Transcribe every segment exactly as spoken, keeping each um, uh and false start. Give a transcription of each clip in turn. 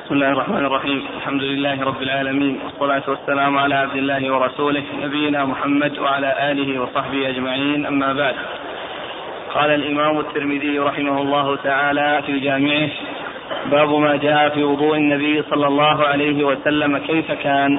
بسم الله الرحمن الرحيم. الحمد لله رب العالمين، والصلاة والسلام على عبد الله ورسوله نبينا محمد وعلى آله وصحبه أجمعين، أما بعد. قال الإمام الترمذي رحمه الله تعالى في جامعه: باب ما جاء في وضوء النبي صلى الله عليه وسلم كيف كان.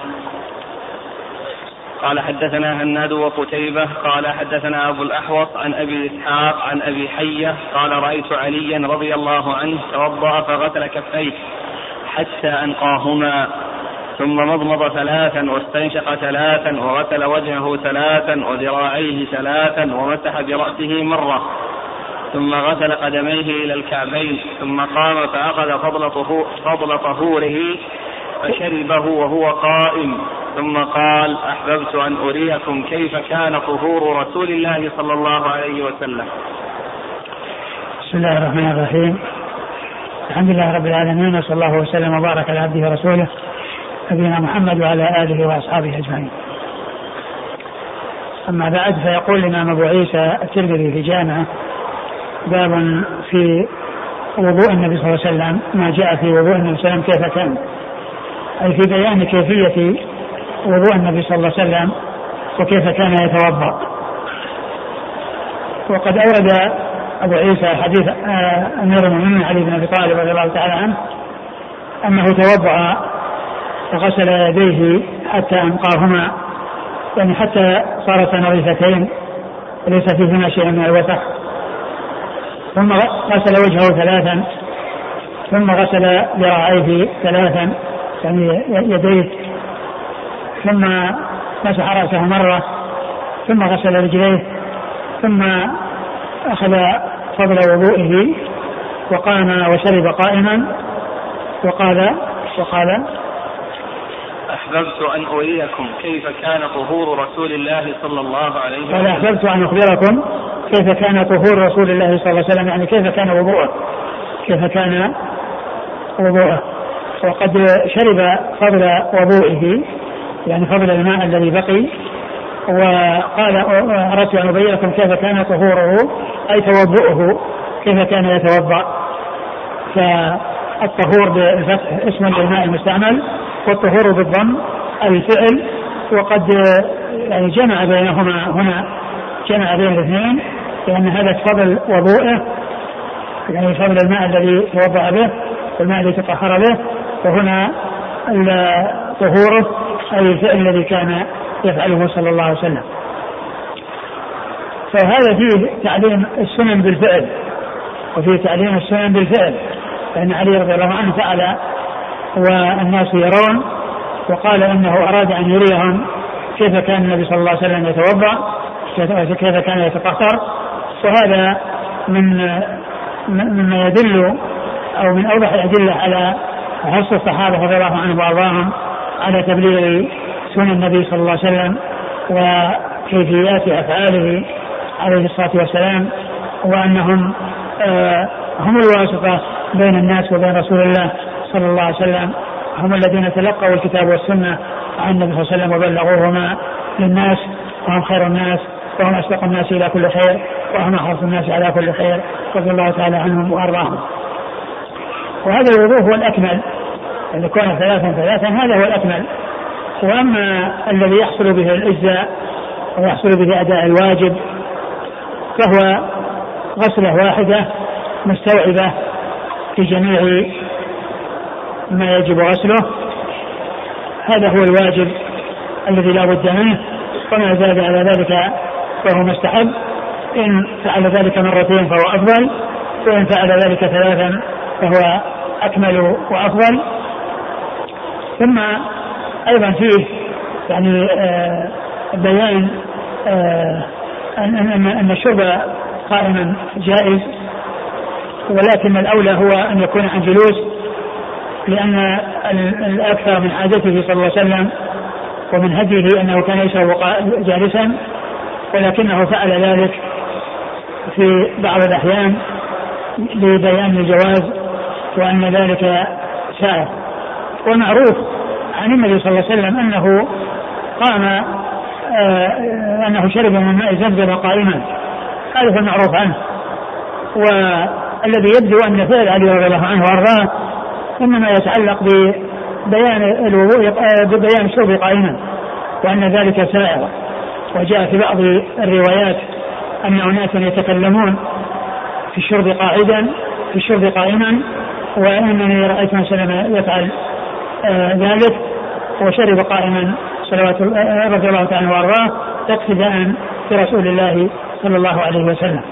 قال: حدثنا هناد وقتيبة قال حدثنا أبو الأحوص عن أبي إسحاق عن أبي حية قال: رأيت عليا رضي الله عنه توضأ فغسل كفيه حتى أنقاهما، ثم مضمض ثلاثا واستنشق ثلاثا وغسل وجهه ثلاثا وذراعيه ثلاثا ومسح برأسه مرة، ثم غسل قدميه إلى الكعبين، ثم قام فأخذ فضل طهوره فشربه وهو قائم، ثم قال: أحببت أن أريكم كيف كان طهور رسول الله صلى الله عليه وسلم. بسم الله الرحمن الرحيم. الحمد لله رب العالمين، وصلى الله وسلم وبارك على عبده ورسوله نبينا محمد وعلى آله وأصحابه أجمعين. أما بعد، فيقول الإمام أبو عيسى الترمذي في جامعه: باب في وضوء النبي صلى الله عليه وسلم، ما جاء في وضوء النبي صلى الله عليه وسلم كيف كان، أي في بيان كيفية وضوء النبي صلى الله عليه وسلم وكيف كان يتوضأ. وقد أورد أبو عيسى حديث أمير المؤمنين علي بن أبي طالب رضي الله تعالى عنه أنه توضأ وغسل يديه حتى أنقاهما، يعني حتى صارتا نظيفتين وليس فيهما شيء من الوسخ، ثم غسل وجهه ثلاثا، ثم غسل ذراعيه ثلاثا يعني يديه، ثم مسح رأسه مرة، ثم غسل رجليه، ثم أخذ فضل وضوئه وقام وشرب قائما، وقال وقال أحببت أن أريكم كيف كان طهور رسول الله صلى الله عليه وسلم. قال: أحببت أن أخبركم كيف كان طهور رسول الله صلى الله عليه وسلم، يعني كيف كان وضوءه كيف كان وضوءه وقد شرب فضل وضوئه، يعني فضل الماء الذي بقي، وقال: أردت أن أبينكم كيف كان طهوره، أي توضؤه كيف كان يتوضأ. فالطهور بالفتح اسم للماء المستعمل، والطهور بالضم الفعل، وقد يعني جمع بينهما هنا، جمع بين الاثنين، لأن هذا فضل وضوءه يعني فضل الماء الذي توضأ به والماء الذي تطهر به، وهنا طهوره أي الفعل الذي كان يفعله صلى الله عليه وسلم. فهذا فيه تعليم السنن بالفعل، وفيه تعليم السنن بالفعل، لأن علي رضي الله عنه فعل والناس يرون، وقال إنه أراد أن يريهم كيف كان النبي صلى الله عليه وسلم يتوضأ، كيف كان يتطهر. وهذا من مما يدل أو من أوضح الأدلة على حرص الصحابة رضي الله عنهم وأرضاهم على تبليغ سنن النبي صلى الله عليه وسلم وكيفيات أفعاله عليه الصلاة والسلام، وأنهم آه هم الواسطة بين الناس وبين رسول الله صلى الله عليه وسلم، هم الذين تلقوا الكتاب والسنة عن النبي صلى الله عليه وسلم وبلغوهما للناس، وهم خير الناس، وهم أسبق الناس إلى كل خير، وهم أحرص الناس على كل خير، رضي الله تعالى عنهم وأرضاهم. وهذا الوضوء هو الأكمل، إذا كان ثلاثا ثلاثا هذا هو الأكمل. وأما الذي يحصل به الإجزاء ويحصل به أداء الواجب فهو غسلة واحدة مستوعبة في جميع ما يجب غسله، هذا هو الواجب الذي لا بد منه، وما زاد على ذلك فهو مستحب، إن فعل ذلك مرتين فهو أفضل، وإن فعل ذلك ثلاثا فهو أكمل وأفضل. ثم أيضا فيه يعني آه بيان آه أن, أن, أن الشرب قائما جائز، ولكن الأولى هو أن يكون عن جلوس، لأن الأكثر من عادته صلى الله عليه وسلم ومن هديه أنه كان يشرب جالسا، ولكنه فعل ذلك في بعض الأحيان لبيان الجواز وأن ذلك سائغ. والمعروف عن النبي صلى الله عليه وسلم أنه قام آه أنه شرب من ماء زمزم قائما، هذا هو المعروف عنه. والذي يبدو أن فعل علي رضي الله عنه وأرضاه إنما يتعلق ببيان الوضوء ببيان الشرب قائما، وأن ذلك سائر. وجاء في بعض الروايات أن أناسا يتكلمون في الشرب قاعدا في الشرب قائما، وإنني رأيت مسلم يفعل آه ذلك وشرب قائما صلوات رضي الله تعالى وارضاه اقتداء برسول الله صلى الله عليه وسلم.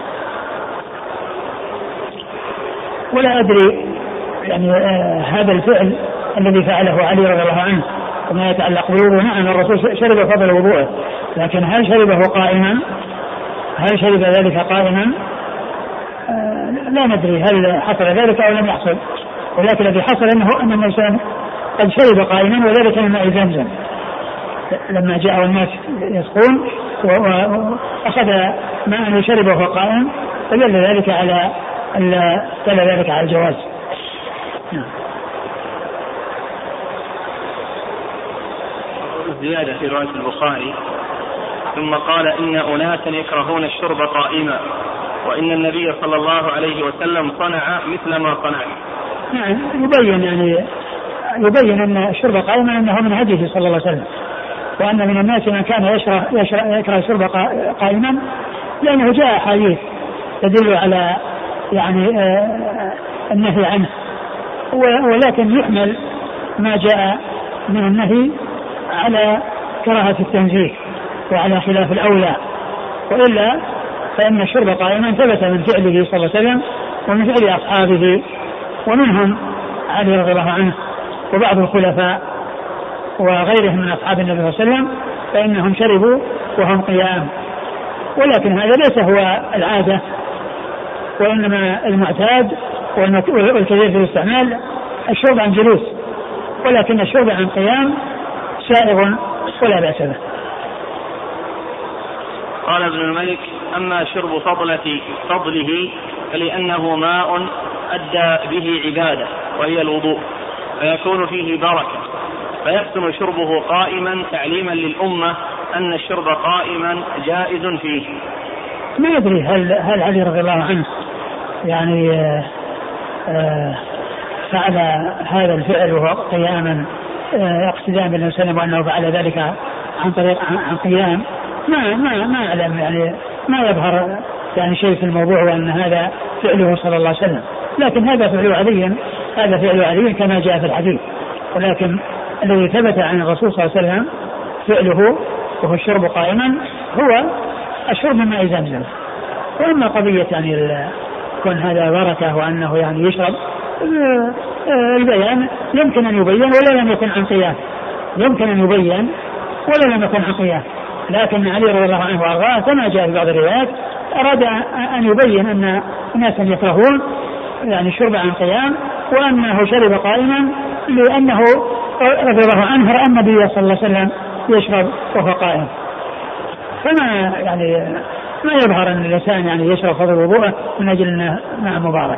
ولا أدري يعني آه هذا الفعل الذي فعله علي رضي الله عنه وما يتعلق بالوضوء، نعم الرسول شرب فضل وضوءه، لكن هل شربه قائما؟ هل شرب ذلك قائما؟ آه لا ندري هل حصل ذلك أو لم يحصل، ولكن الذي حصل أنه أن الإنسان قد شرب قائما، وذلك من ماء زمزم لما جاء الناس يسقون وأخذ ماء وشربه وهو قائم، فدل ذلك على دل ذلك على الجواز. نعم. زيادة في رواية البخاري: ثم قال إن أناسا يكرهون الشرب قائما، وإن النبي صلى الله عليه وسلم صنع مثل ما صنع. نعم، يبين يعني يبين أن الشرب قائما أنه من هديه صلى الله عليه وسلم، وأن من الناس من كان يشرب يكره الشرب قائما، لأنه جاء حديث تدل على يعني آه النهي عنه، ولكن يحمل ما جاء من النهي على كراهة التنزيه وعلى خلاف الأولى، وإلا فإن الشرب قائما ثبت من فعله صلى الله عليه وسلم ومن فعل أصحابه، ومنهم علي رضي الله عنه وبعض الخلفاء وغيرهم من أصحاب النبي صلى الله عليه وسلم، فإنهم شربوا وهم قيام. ولكن هذا ليس هو العادة، وإنما المعتاد والكثير في الاستعمال الشرب عن جلوس، ولكن الشرب عن قيام سائغ ولا بأس به. قال ابن الملك: أما شرب فضلة فضله فلأنه ماء أدى به عبادة وهي الوضوء، فيكون فيه بركة، فيحسن شربه قائما تعليما للأمة أن الشرب قائما جائز فيه. ما أدري هل هل علي رضي الله عنه يعني آآ آآ فعل هذا الفعل وهو قياما اقتداء بالنبي صلى الله عليه وسلم، وأنه فعل ذلك عن طريق عن قيام، ما ما ما أعلم يعني ما يظهر يعني شيء في الموضوع وأن هذا فعله صلى الله عليه وسلم، لكن هذا فعل علي هذا فعل علي كما جاء في الحديث، ولكن الذي ثبت عن الرسول صلى الله عليه وسلم فعله وهو الشرب قائما هو الشرب من ماء زمزم. وأما قضية يعني كون هذا بركة وأنه يعني يشرب، البيان يمكن أن يبين ولا لم يكن عن قيام، يمكن أن يبين ولا لم يكن عن قيام، لكن علي رضي الله عنه وارضاه كما جاء في بعض الروايات أراد أن يبين أن ناسا يكرهون يعني الشرب عن قيام، وأنه شرب قائما لأنه رضي الله عنه رأى النبي صلى الله عليه وسلم يشرب وهو قائم. فما يعني ما يظهر أن الإنسان يعني يشرب فضل وضوءه من أجل أنه ماء مبارك.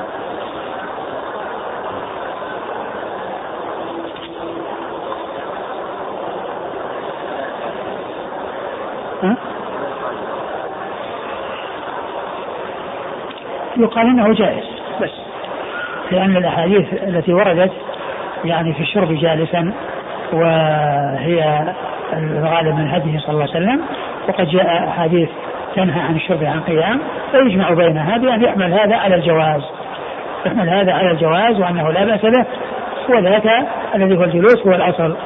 يقال انه جائز بس، لان الاحاديث التي وردت يعني في الشرب جالسا وهي الغالب من هديه صلى الله عليه وسلم، وقد جاء احاديث تنهى عن الشرب عن قيام، فيجمع بينها بأن يحمل هذا على الجواز، يحمل هذا على الجواز وانه لا بأس به، وذاك الذي هو الجلوس هو الاصل.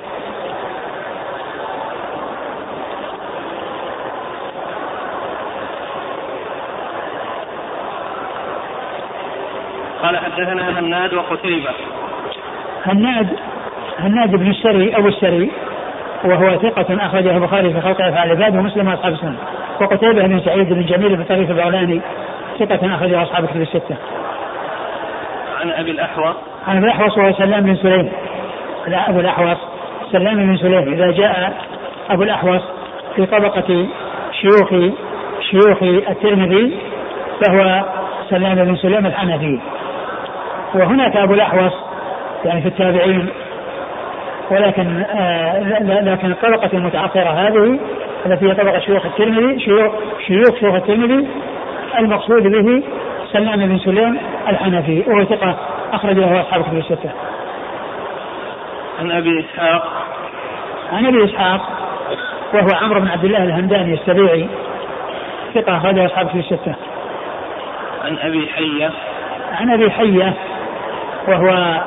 قال: حدثنا هناد وقتيبة. هناد هناد بن السري أو السري، وهو ثقة أخرجه البخاري في خلق أفعال العباد ومسلم وأصحاب السنن. وقتيبة بن سعيد بن جميل بن طريف البغلاني ثقة أخرجه أصحاب الكتب الستة. عن أبي الأحوص عن أبي الأحوص وهو سلام بن سليم. لا أبو الأحوص سلام بن سليم. إذا جاء أبو الأحوص في طبقة شيوخ شيوخ الترمذي فهو سلام بن سليم الحنفي. وهناك أبو الأحوص يعني في التابعين، ولكن آه لكن الطبقة المتأخرة هذه التي هي طبقة شيوخ الترمذي شيوخ شيوخ شيوخ الترمذي المقصود به سلام بن سليم الحنفي، وهو ثقة أخرج له أصحاب كتب الستة. عن أبي إسحاق عن أبي إسحاق وهو عمرو بن عبد الله الهمداني السبيعي ثقة أخرج له أصحاب كتب الستة. عن أبي حية عن أبي حية وهو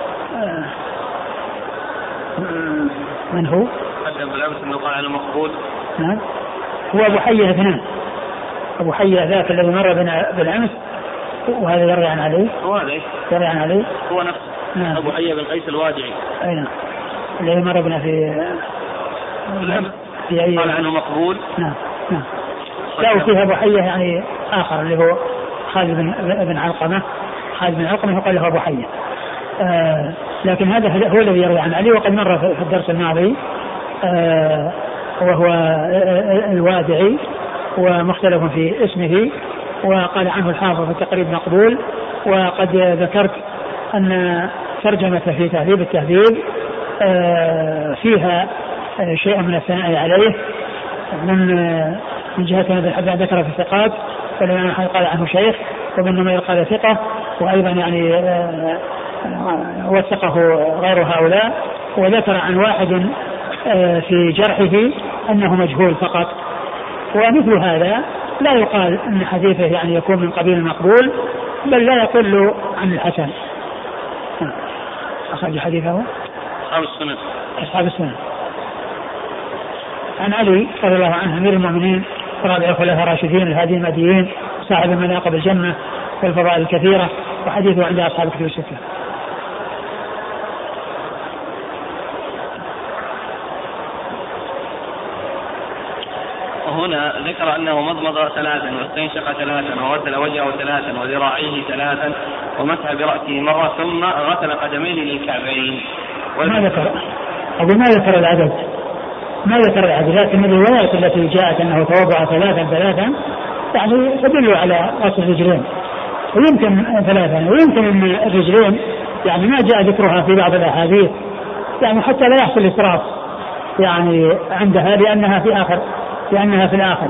من هو؟ قدم بالأمس أنه قال عنه مقبول. نعم هو أبو حية اثنان، أبو حية ذاك الذي مر بنا بالأمس وهذا يروي عن علي. هو هذا يروي عن علي هو نفسه. نعم. أبو حية بن قيس الوادعي. أي نعم الذي مر بنا في بالأمس قال عنه مقبول. نعم نعم. لا وفيها أبو حية يعني آخر اللي هو خالد بن بن علقمة. خالد بن علقمة يقال له أبو حية. آه لكن هذا هو الذي يروي عن علي وقد مر في الدرس الماضي. آه وهو الوادعي ومختلف في اسمه، وقال عنه الحافظ في التقريب مقبول. وقد ذكرت أن ترجمة في تهذيب التهذيب آه فيها شيء من الثناء عليه من من جهة ابن حبان ذكر في الثقات، فالإمام أحمد قال عنه شيخ، وابن نمير قال ثقة، وأيضا يعني آه وثقه غير هؤلاء، وذكر عن واحد آه في جرحه أنه مجهول فقط. ومثل هذا لا يقال أن حديثه يعني يكون من قبيل المقبول، بل لا يقل عن الحسن. أخرج حديثه أصحاب السنن. أصحاب السنن. عن علي رضي الله عنه أمير المؤمنين رابع الخلفاء الراشدين الهاديين المهديين صاحب المناقب الجنة والفضائل الكثيرة، وحديثه عند أصحاب الكتب الستة. وهنا ذكر أنه مضمض ثلاثا واستنشق ثلاثا وغسل وجهه ثلاثا وذراعيه ثلاثا ومسح برأسه مرة ثم غسل قدميه للكعبين. ما ذكر أقول ما ذكر العدد ما ذكر العدد لكن الروايات التي جاءت أنه توضأ ثلاثا ثلاثا يعني تدل على غسل الرجلين، ويمكن ثلاثا ويمكن أن الرجلين يعني ما جاء ذكرها في بعض الأحاديث يعني حتى لا يحصل إسراف يعني عندها لأنها في آخر لأنها في الآخر.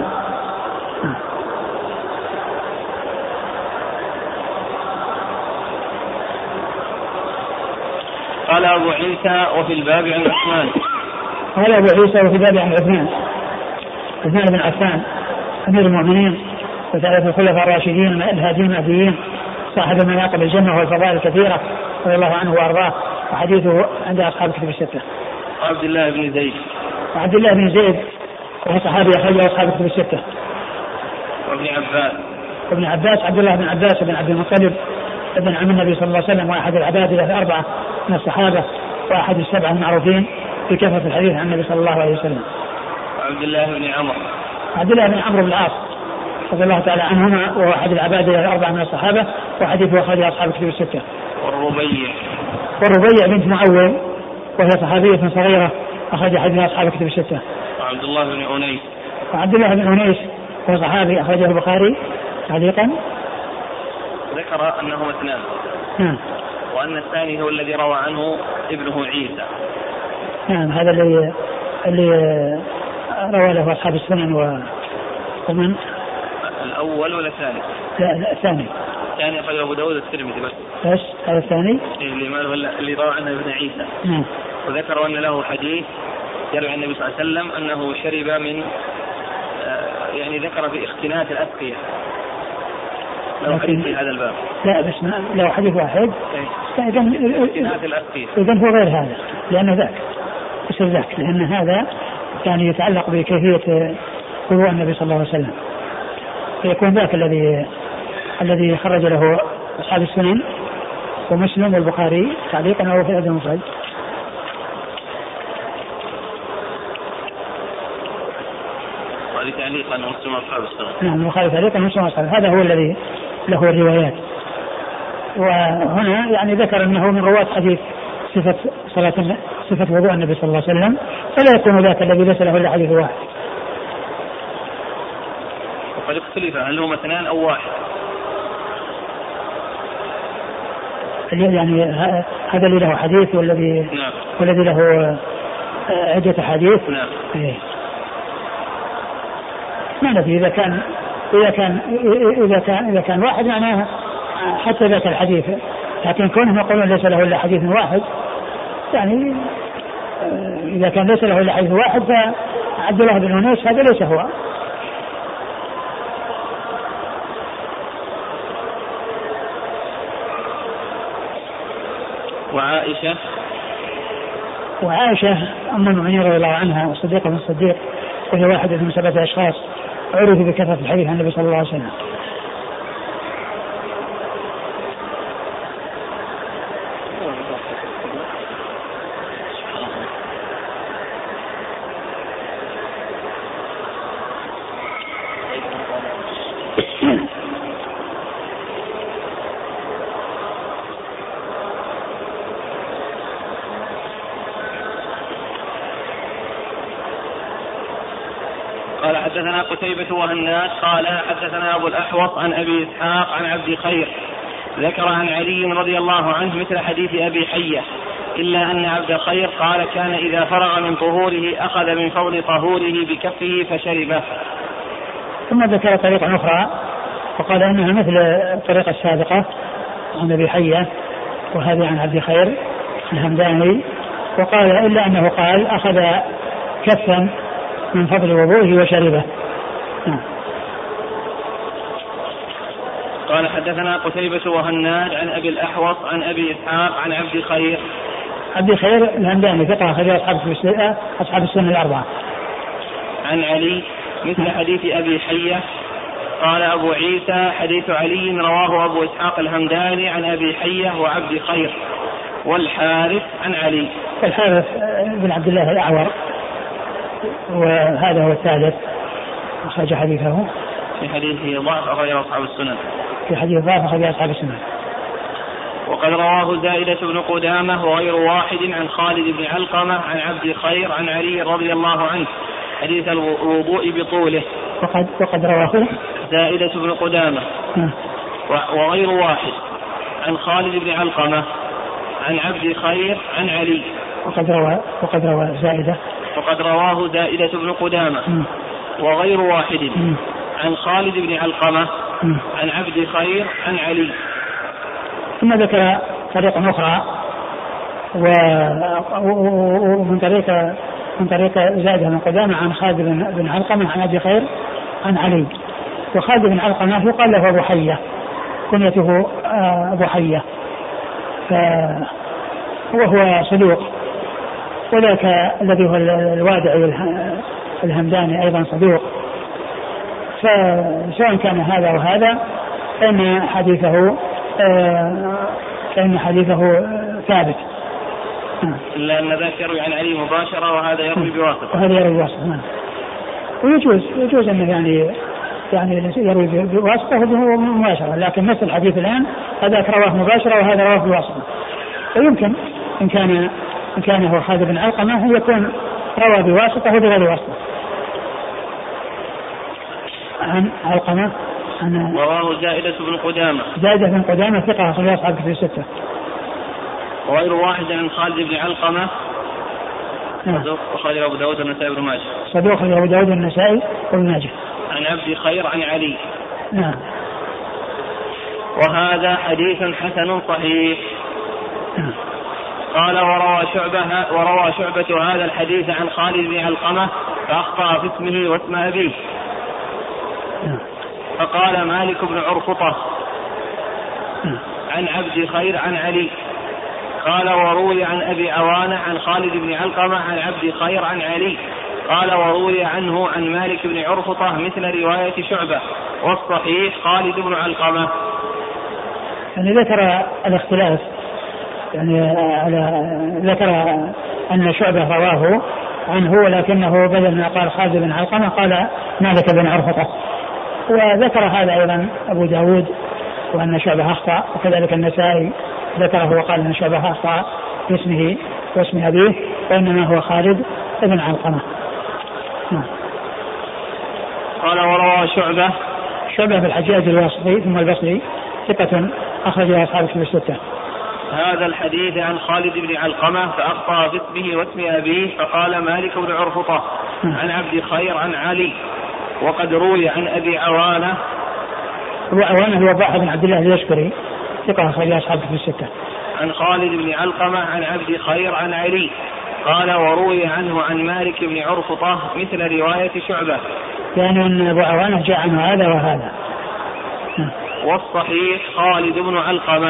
قال أبو عيسى وفي الباب عن عثمان. قال أبو عيسى وفي الباب عن عثمان عثمان بن عفان أمير المؤمنين وثلاثة الخلفاء الراشدين الهاديين المهديين صاحب المناقب الجنة والفضائل الكثيرة رضي الله عنه وأرضاه، وحديثه عند أصحاب الكتب الستة. عبد الله بن زيد وعبد الله بن زيد وهو صحابي أخرجه أصحاب الكتب الستة. وابن عباس وابن عباس عبد الله بن عباس بن عبد المطلب ابن عم النبي صلى الله عليه وسلم، وأحد العبادلة الأربعة من الصحابة، وأحد السبعة المعروفين بكثرة الحديث عن النبي صلى الله عليه وسلم. وعبد الله بن عمرو عبد الله بن عمرو بن العاص رضي الله تعالى عنهما، وهو أحد العبادلة الأربعة من الصحابة، وحديثه أخرجه أصحاب الكتب الستة. والربيع والربيع بنت معوذ وهي صحابية صغيرة أخرج حديث أصحاب الكتب الستة. وعبد الله بن أنيس وعبد الله بن أنيس وهو صحابي أخرجه البخاري تعليقا. ذكر أنه اثنان. نعم. وأن الثاني هو الذي روى عنه ابنه عيسى. نعم هذا اللي اللي روى له أصحاب السنن و ومن الأول ولا الثاني؟ لا لا الثاني. الثاني أخرجه أبو داود الترمذي بس. بس هذا الثاني. اللي ما اللي روى عنه ابن عيسى. نعم. وذكر أن له حديث يروي عن النبي صلى الله عليه وسلم أنه شرب من آه يعني ذكر في اختنات الأسقية. له حديث في هذا الباب. لا بس ما له حديث واحد. إذا اختنات الأسقية. إذا هو غير هذا لأنه ذاك يصير ذاك لأن هذا يعني يتعلق بكيفية وضوء النبي صلى الله عليه وسلم، فيكون ذاك الذي الذي خرج له أصحاب السنن ومسلم والبخاري تعليقا أو في الأدب المفرد. تعليقا مسلم أصحاب السنن. نعم البخاري تعليقا مسلم أصحاب، هذا هو الذي له الروايات. وهنا يعني ذكر أنه من رواة حديث صفة صلاة صفة وضوء النبي صلى الله عليه وسلم، فلا يكون ذاك الذي ليس له إلا حديث واحد. وقد اختلف هل هما اثنان أو واحد. يعني هذا اللي له حديث والذي نعم. والذي له عدة حديث. نعم. إيه. ما ندري إذا كان إذا كان إذا كان إذا كان واحد معناه حتى ذاك الحديث لكن كونهم يقولون ليس له إلا حديث واحد يعني إذا كان ليس له إلا حديث واحد فعبد الله بن أنيس هذا ليس هو. وعائشة وعائشة أم المؤمنين رضي الله عنها والصديق بن الصديق وهي واحدة من سبعة أشخاص عرفوا بكثرة الحديث عن النبي صلى الله عليه وسلم. قال حدثنا قتيبة وهناد قال حدثنا أبو الأحوص عن أبي إسحاق عن عبد خير ذكر عن علي رضي الله عنه مثل حديث أبي حية إلا أن عبد خير قال كان إذا فرغ من طهوره أخذ من فضل طهوره بكفه فشربه. ثم ذكر طريقة أخرى وقال أنها مثل الطريقة السابقة عن أبي حية وهذه عن عبد خير الهمداني وقال إلا أنه قال أخذ كفا من فضل وضوءه وشربه. قال حدثنا قتيبة وهناد عن أبي الأحوص عن أبي إسحاق عن عبد خير عبد خير الهمداني ثقة أخرج أصحاب السنة الأربعة. عن علي مثل حديث أبي حية. قال أبو عيسى حديث علي رواه أبو إسحاق الهمداني عن أبي حية وعبد خير والحارث عن علي. الحارث بن عبد الله الأعور وهذا هو الثالث أخرج حديثه في حديثه ضعف أخرجه أصحاب السنن في حديث ضعف أخرجه أصحاب السنن. وقد رواه زائدة بن قدامة وغير واحد عن خالد بن علقمة عن عبد خير عن علي رضي الله عنه حديث الوضوء بطوله. وقد, وقد رواه زائدة بن قدامة وغير واحد عن خالد بن علقمة عن عبد خير عن علي. وقد روى وقد روى زائدة وقد رواه زائدة بن قدامة وغير واحد عن خالد بن علقمة عن عبد خير عن علي. ثم ذكر طريقة أخرى ومن طريق من طريق زائدة بن قدامة عن خالد بن علقمة عن عبد خير عن علي. وخالد بن علقمة يقال له أبو حية كنيته أبو حية وهو صدوق وذاك الذي هو الوادعي الهمداني أيضا صدوق. فسواء كان هذا وهذا فإن حديثه فإن حديثه ثابت إلا أن ذاك يروي عن علي مباشرة وهذا يروي بواسطة وهذا يروي بواسطة. ويجوز يجوز أنه يعني يعني يروي بواسطة وهو مباشرة لكن مثل الحديث الآن هذاك رواه مباشرة وهذا رواه بواسطة. ويمكن إن كان إن كان هو خالد بن علقمة يكون روى بواسطة وبغير واسطة. عن علقمة عن رواه زائدة بن قدامة زائدة بن قدامة ثقة أخرج أصحاب الكتب الستة. وغير واحد عن خالد بن علقمة صدوق أخرج أبو داود والنسائي وابن ماجه. صدوق أخرج أبو داود والنسائي وابن ماجه. عن عبد خير عن علي. نعم. وهذا حديث حسن صحيح. نعم. قال وروى شعبة وروى شعبة هذا الحديث عن خالد بن علقمة فأخطأ في اسمه واسم أبيه. فقال مالك بن عرفطة عن عبد خير عن علي. قال وروي عن أبي عوانة عن خالد بن علقمة عن عبد خير عن علي. قال وروي عنه عن مالك بن عرفطة مثل رواية شعبة والصحيح خالد بن علقمة. يعني ذكر الاختلاف يعني على ذكر أن شعبة رواه عنه ولكنه بدل ما قال خالد بن علقمة قال مالك بن عرفطة. وذكر هذا أيضا أبو داود وأن شعبة أخطأ وكذلك النسائي ذكره وقال أن شعبة أخطأ باسمه واسم أبيه وإنما هو خالد بن علقمة. قال وروى شعبة شعبة بالحجاج الواسطي ثم البصري ثقة أخرجها أصحاب الكتب الستة. هذا الحديث عن خالد بن علقمة فأخطأ في اسمه واسم أبيه فقال مالك بن عرفطة عن عبد خير عن علي. وقد روي عن أبي عوانة أبو عوانة هو ضاحى بن عبد الله اليشكري ثقة أخرج أصحابه في الستة. عن خالد بن علقمة عن عبد خير عن علي قال وروي عنه عن مالك بن عرفطة مثل رواية شعبة، يعني أن أبو عوانة جاء عنه هذا وهذا. والصحيح خالد بن علقمة.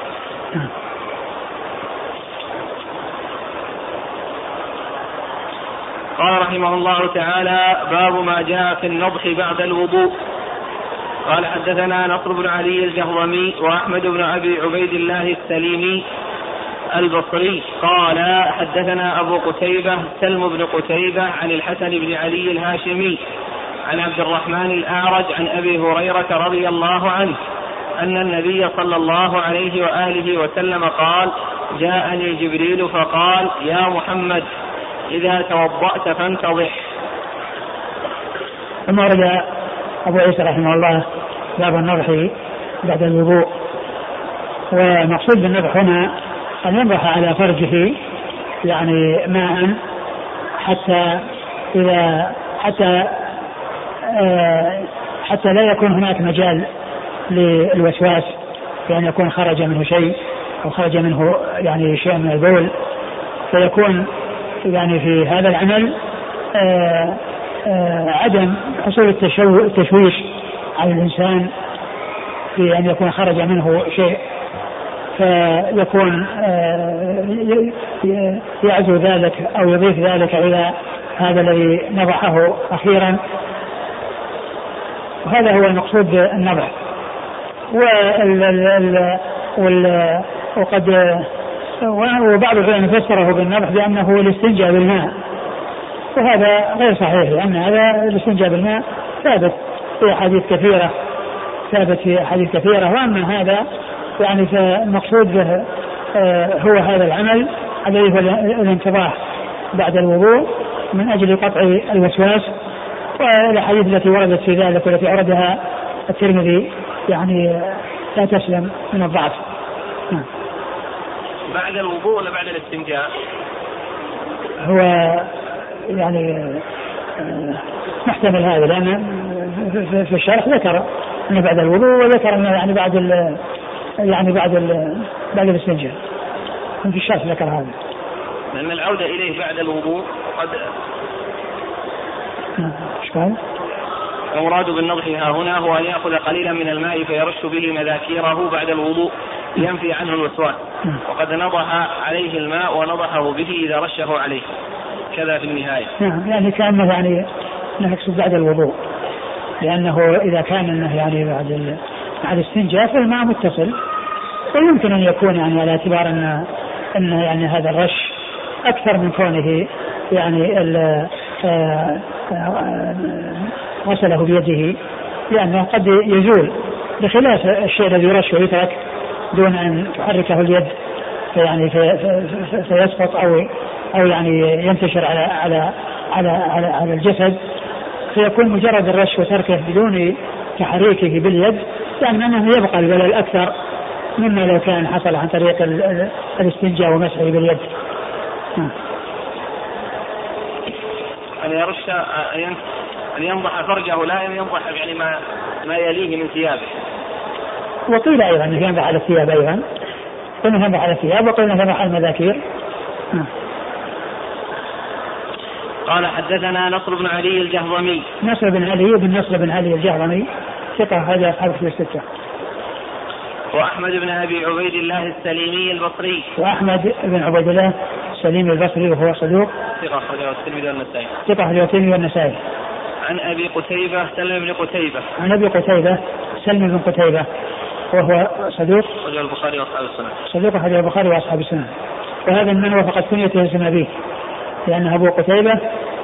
قال رحمه الله تعالى باب ما جاء في النضح بعد الوضوء. قال حدثنا نصر بن علي الجهضمي وأحمد بن أبي عبيد الله السليمي البصري قال حدثنا أبو قتيبة سلم بن قتيبة عن الحسن بن علي الهاشمي عن عبد الرحمن الأعرج عن أبي هريرة رضي الله عنه أن النبي صلى الله عليه وآله وسلم قال جاءني جبريل فقال يا محمد إذا توضأت فانتضح. ثم ورد أبو عيسى رحمه الله باب النضح بعد الوضوء. ومقصود بالنضح هنا أن ينضح على فرجه يعني ماء حتى إذا حتى آه حتى لا يكون هناك مجال للوسواس، يعني يكون خرج منه شيء أو خرج منه يعني شيء من البول، فيكون يعني في هذا العمل آه آه عدم حصول التشويش على الإنسان في أن يكون خرج منه شيء، فيكون آه يعزو ذلك أو يضيف ذلك إلى هذا الذي نضحه أخيرا. وهذا هو المقصود بالنضح. وقد وبعض العلماء فسره بالنضح بأنه الاستنجاء بالماء، وهذا غير صحيح، لأن هذا الاستنجاء بالماء ثابت في أحاديث كثيرة ثابت في أحاديث كثيرة وأما هذا يعني فالمقصود به هو هذا العمل الذي هو الانتضاح بعد الوضوء من أجل قطع الوسواس. والأحاديث التي وردت في ذلك والتي أوردها الترمذي يعني لا تسلم من الضعف. بعد الوضوء ولا بعد الاستنجاء؟ هو يعني محتمل هذا، لأن في الشرح ذكر أنه بعد الوضوء وذكر أنه يعني بعد ال يعني بعد ال بعد الاستنجاء. في الشرح ذكر هذا. لأن العودة إليه بعد الوضوء قد إيش قال؟ المراد بالنضح ها هنا هو أن يأخذ قليلا من الماء فيرش به مذاكيره بعد الوضوء لينفي عنه الوسواس، وقد نضح عليه الماء ونضحه به إذا رشه عليه كذا في النهاية. نعم، يعني كأنه يعني نقصد بعد الوضوء، لأنه إذا كان إنه يعني بعد بعد الاستنجاء فالماء متصل، ويمكن أن يكون يعني على اعتبار أن أنه يعني هذا الرش أكثر من كونه يعني ال غسله بيده، لأنه قد يزول بخلاف الشيء الذي يرش ويترك دون أن تحركه اليد فيعني في في فيسقط أو أو يعني ينتشر على على على على, على الجسد، فيكون مجرد الرش وتركه بدون تحريكه باليد، لأنه يبقى البلل أكثر مما لو كان حصل عن طريق الاستنجاء ومسحه باليد. أن يرش أن ينضح فرجه لا أن ينضح يعني ما ما يليه من ثيابه. وقيل أيضا أنه ينضح على الثياب، أيضا قلنا ينضح على الثياب وقلنا ينضح على المذاكير. قال حدثنا نصر بن علي الجهضمي. نصر بن علي بن نصر بن علي الجهضمي ثقة هذا أصحاب في الستة. وأحمد بن أبي عبيد الله السليمي البصري. وأحمد بن عبيد الله السليمي البصري وهو صدوق ثقة أخرجه الترمذي والنسائي. ثقة أخرجه الترمذي والنسائي. عن أبي قتيبة سلم بن قتيبة. عن أبي قتيبة سلم بن قتيبة وهو صدوق أخرجه البخاري وأصحاب السنن. صدوق أخرجه البخاري وأصحاب السنن. وهذا من وفقت كنيته اسم أبيه، لأن أبو قتيبة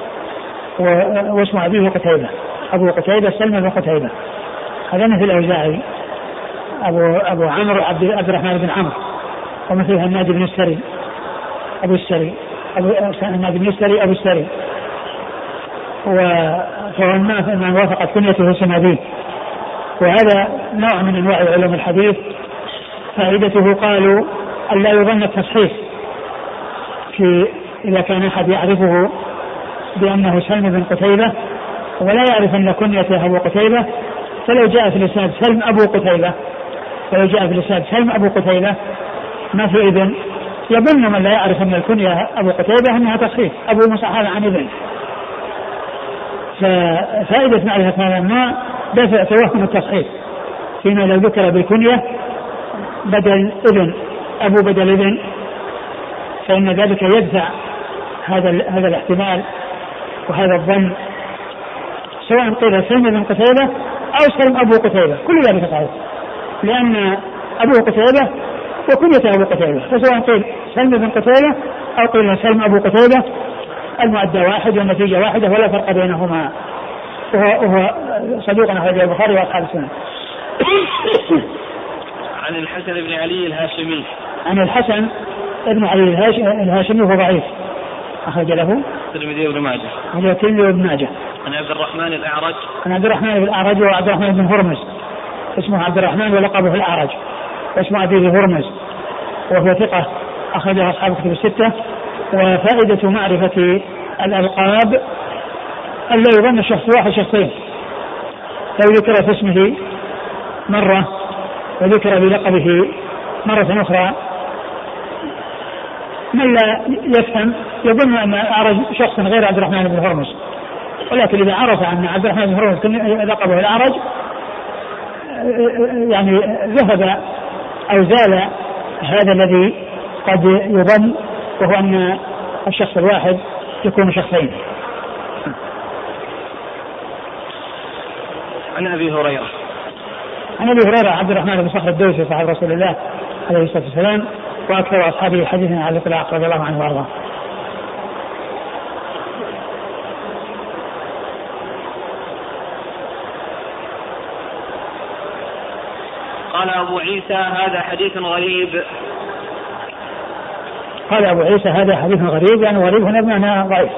واسم أبيه قتيبة. أبو قتيبة سلم بن قتيبة. هذا مثل الأوزاعي أبو أبو عمرو عبد عبد الرحمن بن عمرو، ومثلها النادي بن السري أبو السري أبو النادي بن السري أبو السري، وهو من وافقت كنيته اسم أبيه. وهذا نوع من أنواع علوم الحديث فائدته قالوا أن لا يظن التصحيح في إذا كان أحد يعرفه بأنه سلم بن قتيبة ولا يعرف أن كنيته أبو قتيبة، فلو جاء في الإسناد سلم أبو قتيبة ولو جاء في الإسناد سلم أبو قتيبة ما في ابن، يظن من لا يعرف أن الكنية أبو قتيبة أنها تصحيح أبو مصعب عن ابن. ففائدة معرفة هذا ما دفع توهم التصحيح فيما لو ذكر بالكنية بدل ابن أبو بدل ابن، فإن ذلك يدفع هذا هذا الاحتمال وهذا الظن، سواء قيل سلم بن قتيبة أو سلم أبو قتيبة كل ذلك صحيح، لأن أبو قتيبة وكنية أبو قتيبة، فسواء قيل سلم بن قتيبة أو قيل سلم أبو قتيبة المؤدى واحد والنتيجة واحدة ولا فرق بينهما، وهو, وهو صدوق أخرجه البخاري وأصحاب السنن. عن الحسن بن علي الهاشمي. عن الحسن بن علي الهاشمي وهو ضعيف، أخرج له الترمذي وابن ماجه. عن الترمذي وابن ماجه. عن عبد الرحمن الأعرج. عن عبد الرحمن الأعرج وعبد الرحمن بن هرمز، اسمه عبد الرحمن ولقبه الأعرج، واسمه أبيه هرمز، وهو ثقة أخرجه أصحاب الكتب الستة. وفائدة معرفة الألقاب ألا يظن الشخص واحد شخصين، لو ذكر في اسمه مرة وذكر بلقبه مرة أخرى من لا يفهم يظن أن الأعرج شخص غير عبد الرحمن بن هرمز، ولكن إذا عرف أن عبد الرحمن بن هرمز لقبه الأعرج يعني ذهب أو زال هذا الذي قد يظن، وهو أن الشخص الواحد يكون شخصين. عن أبي هريرة. عن أبي هريرة عبد الرحمن بن صخر الدوسي صاحب رسول الله عليه الصلاة والسلام وأكثر أصحابه حديثا على الإطلاق رضي الله عنه وأرضاه. قال أبو عيسى هذا حديث غريب. قال أبو عيسى هذا حديث غريب، يعني غريب هنا بمعنى ضعيف.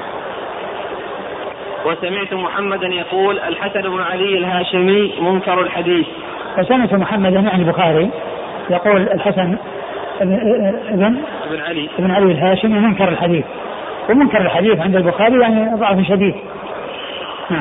وسمعت محمدا يقول الحسن بن علي الهاشمي منكر الحديث. وسمعت محمدا يعني البخاري يقول الحسن ابن ابن علي ابن علي الهاشمي منكر الحديث، ومنكر الحديث عند البخاري يعني ضعف شديد. نعم.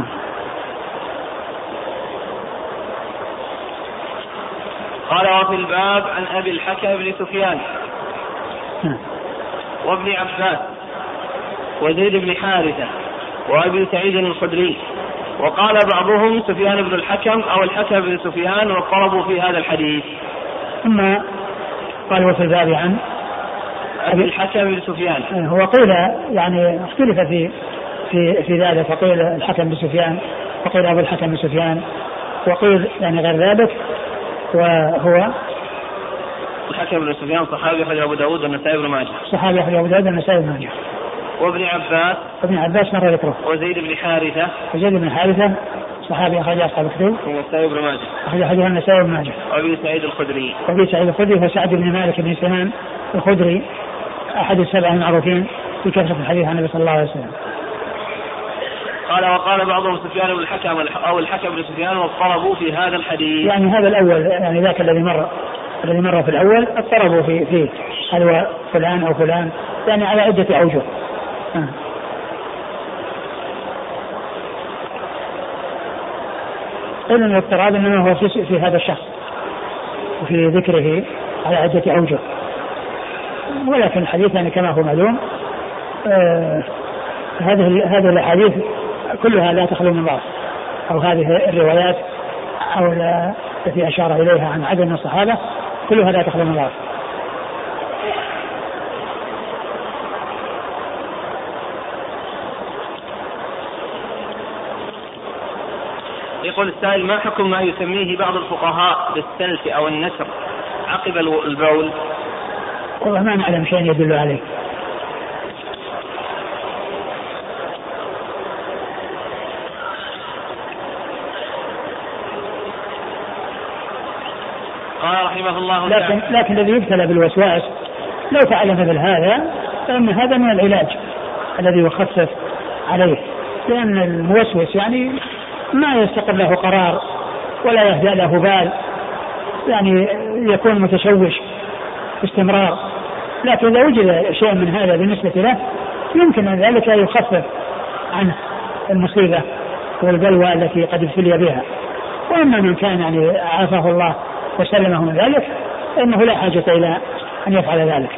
قال وفي الباب عن أبي الحكم بن سفيان نعم. وابن عباس وزيد بن حارثة وأبي سعيد الخدري، وقال بعضهم سفيان بن الحكم أو الحكم بن سفيان، واضطربوا في هذا الحديث. ثم قال وفي الباب عن أبي الحكم بن سفيان. هو قيل يعني اختلف في في في ذلك، فقيل الحكم بن سفيان وقيل أبو الحكم بن سفيان وقيل يعني غير ذلك، وهو الحكم بن سفيان صحابي أخرجه أبو داود والنسائي بن ماجه. صحابي أخرجه أبو داود والنسائي بن ماجه. وابن عباس وابن عباس مرة ذكره. وزيد بن حارثة وزيد بن حارثة صحابي أخرج أصحاب الكتب والنسائي بن ماجه. أخرج حديث النسائي بن ماجه. وأبي سعيد الخدري. وأبي سعيد الخدري وسعد بن مالك بن سنان الخدري أحد السبع المعروفين في كثرة الحديث عن النبي صلى الله عليه وسلم. قال وقال بعضهم سفيان بن الحكم أو الحكم بن سفيان، واضطربوا في هذا الحديث. يعني هذا الأول يعني ذاك الذي مر الذي مر في الأول اضطربوا في فيه هل هو فلان أو فلان، يعني على عدة أوجه. آه. قيل أن الاضطراب إنما هو في, في هذا الشخص وفي ذكره على عدة أوجه، ولكن الحديث يعني كما هو معلوم آه هذه هذه الأحاديث كلها لا تخلو من ضعف، أو هذه الروايات أو التي أشار إليها عن عدد من الصحابة كلها لا تخلو من ضعف. يقول السائل ما حكم ما يسميه بعض الفقهاء بالسلف أو النسر عقب البول؟ والله ما نعلم شيء يدل عليه. قال رحمه الله لكن, لكن الذي يبتلى بالوسواس لو فعل مثل هذا فإن هذا من العلاج الذي يخفف عليه، لأن الموسوس يعني ما يستقر له قرار ولا يهدأ له بال، يعني يكون متشوش باستمرار. لكن إذا وجد شيء من هذا بالنسبة له يمكن أن ذلك يخفف عنه المصيبة والبلوى التي قد ابتلي بها. وأما من كان يعني عافاه الله وسلمه من ذلك فإنه لا حاجة إلى أن يفعل ذلك.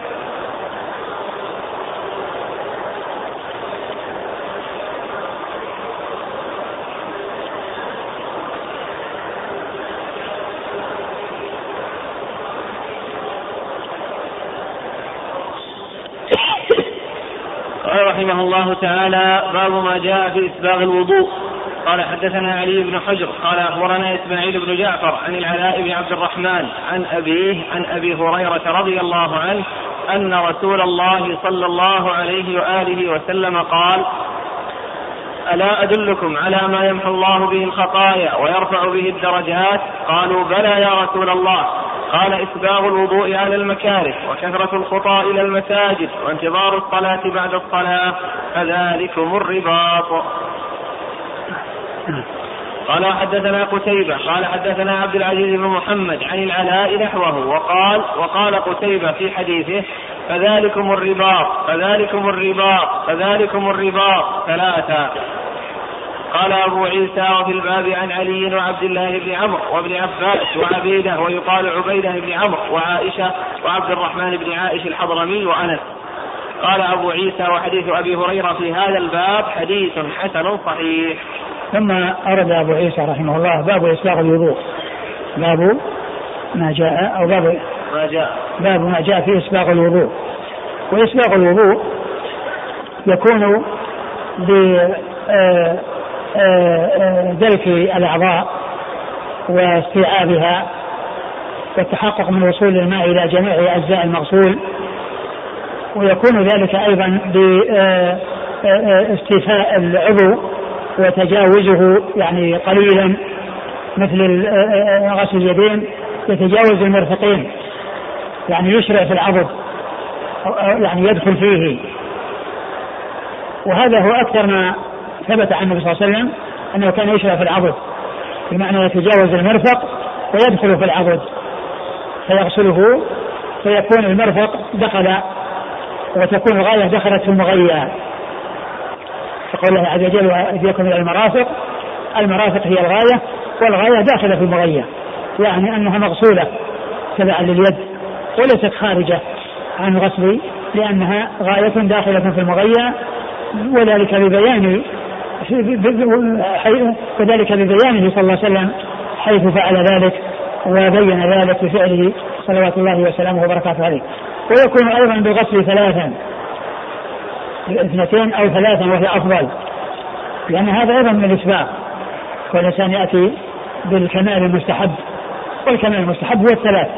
قال رحمه الله تعالى: باب ما جاء في إسباغ الوضوء. قال حدثنا علي بن حجر قال أخبرنا إسماعيل بن جعفر عن العلاء بن عبد الرحمن عن أبيه عن أبي هريرة رضي الله عنه أن رسول الله صلى الله عليه وآله وسلم قال: ألا أدلكم على ما يمحو الله به الخطايا ويرفع به الدرجات؟ قالوا: بلى يا رسول الله. قال: إسباغ الوضوء على المكاره وكثرة الخطى إلى المساجد وانتظار الصلاة بعد الصلاة فذلكم الرباط. قال حدثنا قتيبة قال حدثنا عبد العزيز بن محمد عن العلاء نحوه وقال وقال قتيبة في حديثه: فذلكم الرباط فذلكم الرباط فذلكم الرباط ثلاثة. قال أبو عيسى: وفي الباب عن علي وعبد الله بن عمرو وابن عباس وعبيدة ويقال عبيدة بن عمرو وعائشة وعبد الرحمن بن عائش الحضرمي وأنس. قال أبو عيسى: وحديث أبي هريرة في هذا الباب حديث حسن صحيح. ثم أرد أبو عيسى رحمه الله باب إسباغ الوضوء، باب ما جاء أو باب ما جاء باب ما جاء في إسباغ الوضوء. وإسباغ الوضوء يكون بدلك الأعضاء واستيعابها والتحقق من وصول الماء إلى جميع أجزاء المغسول، ويكون ذلك أيضا باستيفاء العضو وتجاوزه يعني قليلا مثل غسل اليدين يتجاوز المرفقين، يعني يشرع في العضد يعني يدخل فيه. وهذا هو أكثر ما ثبت عن النبي صلى الله عليه وسلم أنه كان يشرع في العضد، بمعنى يتجاوز المرفق ويدخل في العضد فيغسله فيكون المرفق دخل وتكون الغاية دخلت في المغيّة. يقول الله عز وجل: وأيديكم إلى المرافق. المرافق هي الغاية والغاية داخلة في المغيّة، يعني أنها مغسولة تبعا لليد وليست خارجة عن الغسل، لأنها غاية داخلة في المغيّة، وذلك ببيان وذلك ببيانه صلى الله عليه وسلم حيث فعل ذلك وبين ذلك بفعله صلوات الله وسلامه وبركاته عليه. ويكون أيضا بالغسل ثلاثا اثنتين أو ثلاثا وهي أفضل، لأن هذا أيضا من الإسباغ، والإنسان يأتي بالكمال المستحب، والكمال المستحب هو الثلاث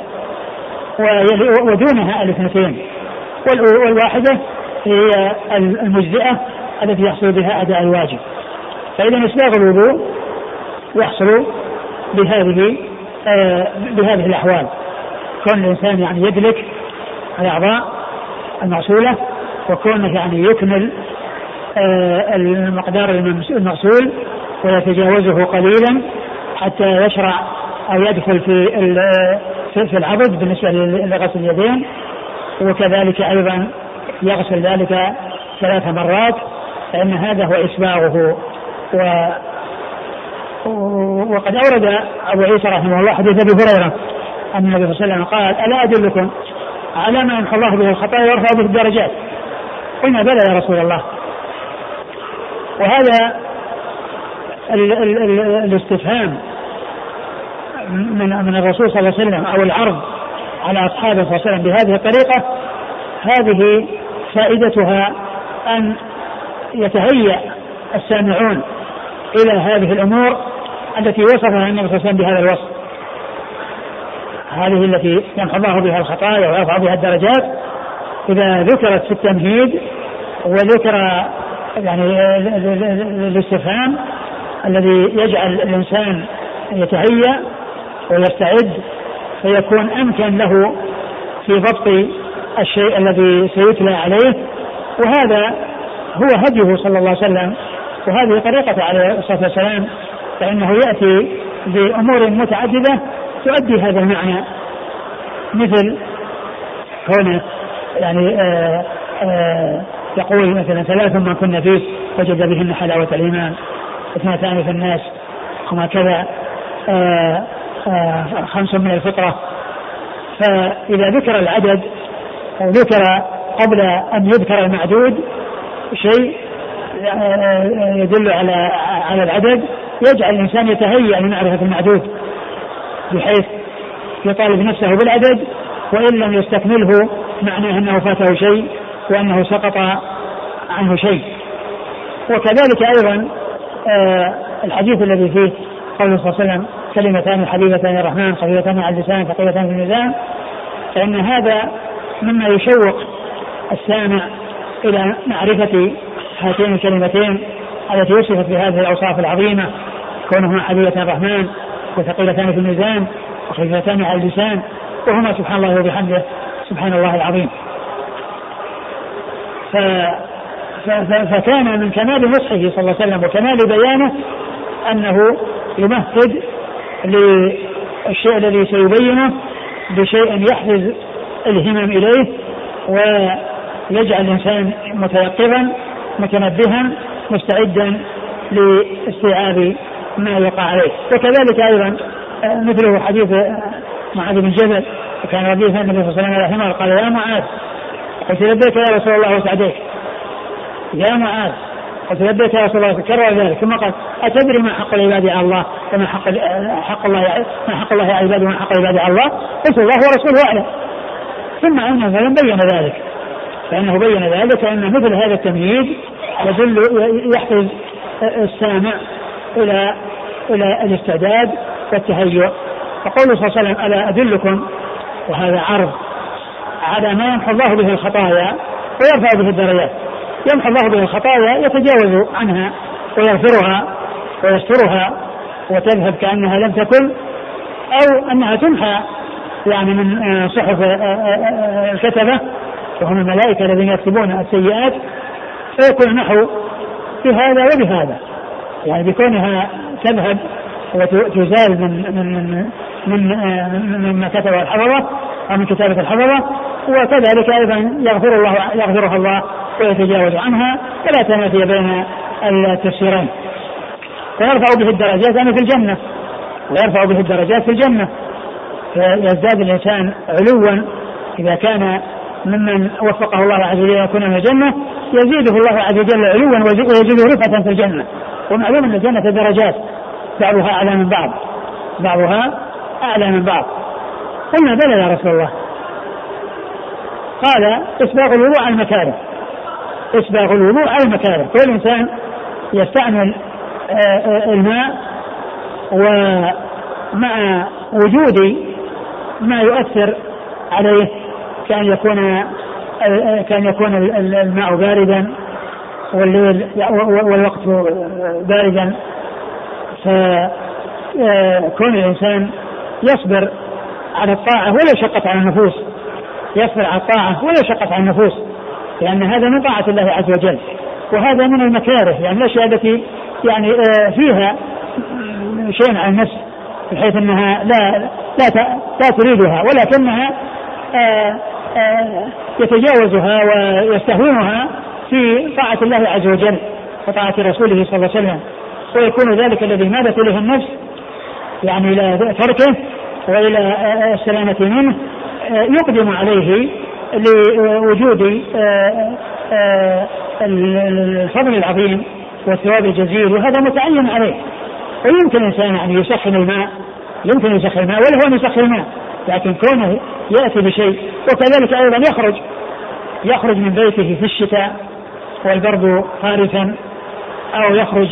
ودونها الاثنتين، والواحدة هي المجزئة التي يحصل بها أداء الواجب. فإذا إسباغ الوضوء يحصل بهذه آه بهذه الأحوال، كون الإنسان يعني يدلك الأعضاء المغسولة، وكونه يعني يكمل آه المقدار المغسول ويتجاوزه قليلا حتى يشرع أو يدخل في في العضد بالنسبة لغسل اليدين، وكذلك أيضا يغسل ذلك ثلاث مرات، فإن هذا هو إسباغه. و وقد أورد أبو عيسى رحمه الله حديث أبي هريرة أن النبي صلى الله عليه وسلم قال: ألا أدلكم على ما يمحو الله به الخطايا ويرفع به الدرجات؟ قلنا: بلى يا رسول الله. وهذا ال ال ال الاستفهام من من الرسول صلى الله عليه وسلم أو العرض على أصحابه صلى الله عليه وسلم بهذه الطريقة، هذه فائدتها أن يتهيأ السامعون إلى هذه الأمور التي وصفها النبي صلى الله عليه وسلم بهذا الوصف، هذه التي يمحو الله بها الخطايا ويرفع بها الدرجات. إذا ذكرت في التمهيد وذكر يعني الاستفهام الذي يجعل الإنسان يتهيأ ويستعد، فيكون أمكن له في ضبط الشيء الذي سيتلى عليه. وهذا هو هديه صلى الله عليه وسلم، وهذه طريقته عليه الصلاة والسلام، فإنه يأتي بأمور متعددة تؤدي هذا المعنى، مثل كونه يعني آآ آآ يقول مثلا: ثلاث من كنا فيه وجد بهن حلاوة الإيمان، اثنتان في الناس، وما كذا خمس من الفطرة. فإذا ذكر العدد أو ذكر قبل أن يذكر المعدود شيء يدل على على العدد يجعل الإنسان يتهيأ لمعرفة المعدود بحيث يطالب نفسه بالعدد، وإن لم يستكمله معناه أنه فاته شيء وأنه سقط عنه شيء. وكذلك أيضا الحديث الذي فيه قوله صلى الله عليه وسلم كلمتان حبيبتان الرحمن خفيفتان على اللسان ثقيلتان في الميزان، فإن هذا مما يشوق السامع إلى معرفة هاتين الكلمتين التي وصفت بهذه الأوصاف العظيمة، كونهما حبيبتان الرحمن وثقيلتان في الميزان وخفيفتان على اللسان، وهما سبحان الله وبحمده سبحان الله العظيم. ف... ف... فكان من كمال نصحه صلى الله عليه وسلم وكمال بيانه أنه يمهد للشيء الذي سيبينه بشيء يحفز الهمم إليه ويجعل الإنسان متيقظا متنبها مستعدا لاستيعاب ما يقع عليه. وكذلك أيضا مثله حديث معاذ بن جبل كان رديفا النبي صلى الله عليه وسلم على قال يا معاذ قلت لبيك يا رسول الله وسعديك، يا معاذ قلت لبيك يا رسول الله كرر ذلك، ثم قال أتدري ما حق العباد على الله وما حق حق الله ما حق الله على عباده وما حق العباد على الله؟ قلت الله ورسوله أعلم. ثم أنه فلم بين ذلك، فإنه بين ذلك أن مثل هذا التمييز يدل يحفز السامع إلى إلى الاستعداد والتهيؤ. فقوله صلى الله عليه وسلم ألا أدلكم، وهذا عرض على ما يمحو الله به الخطايا ويرفع به الدرجات. يمحو الله به الخطايا يتجاوز عنها ويغفرها ويسترها وتذهب كأنها لم تكن، أو أنها تمحى يعني من صحف الكتبة وهم الملائكة الذين يكتبون السيئات، فيكون نحو بهذا وبهذا، يعني بكونها تذهب وتزال من من من من ما كتب الحفظة أو من كتابة الحفظة، وكذلك أيضا يغفر الله يغفرها الله ويتجاوز عنها، ولا تنافي بين التفسيرين. ويرفع به الدرجات يعني في الجنة، ويرفع به الدرجات في الجنة، فيزداد الإنسان علوا إذا كان ممن وفقه الله عز وجل يكون من الجنة، يزيده الله عز وجل علوا ويزيده رفعة في الجنة. ومعلوم أن الجنة درجات بعضها أعلى من بعض بعضها أعلى من بعض. قلنا بلى يا رسول الله، قال إسباغ الوضوء على المكاره، إسباغ الوضوء على المكاره، كل إنسان يستعمل الماء ومع وجود ما يؤثر عليه، كان يكون كان يكون الماء باردا والليل والوقت باردا، فكون الإنسان يصبر على الطاعة ولا شقت على النفوس، يصبر على الطاعة ولا شقت على النفوس، لأن هذا من طاعة الله عز وجل، وهذا من المكاره، يعني الأشياء التي يعني فيها شيء على النفس بحيث أنها لا لا لا تريدها، ولكنها يتجاوزها ويستهونها في طاعة الله عز وجل وطاعة رسوله صلى الله عليه وسلم، ويكون ذلك الذي مالت إليه النفس يعني إلى تركه وإلى السلامة منه يقدم عليه لوجود الفضل العظيم والثواب الجزيل، وهذا متعين عليه. ويمكن الإنسان أن يسخن الماء، يمكن يسخن الماء ولا هو يسخن الماء، لكن كونه يأتي بشيء. وكذلك أيضا يخرج يخرج من بيته في الشتاء والبرد خارفا، أو يخرج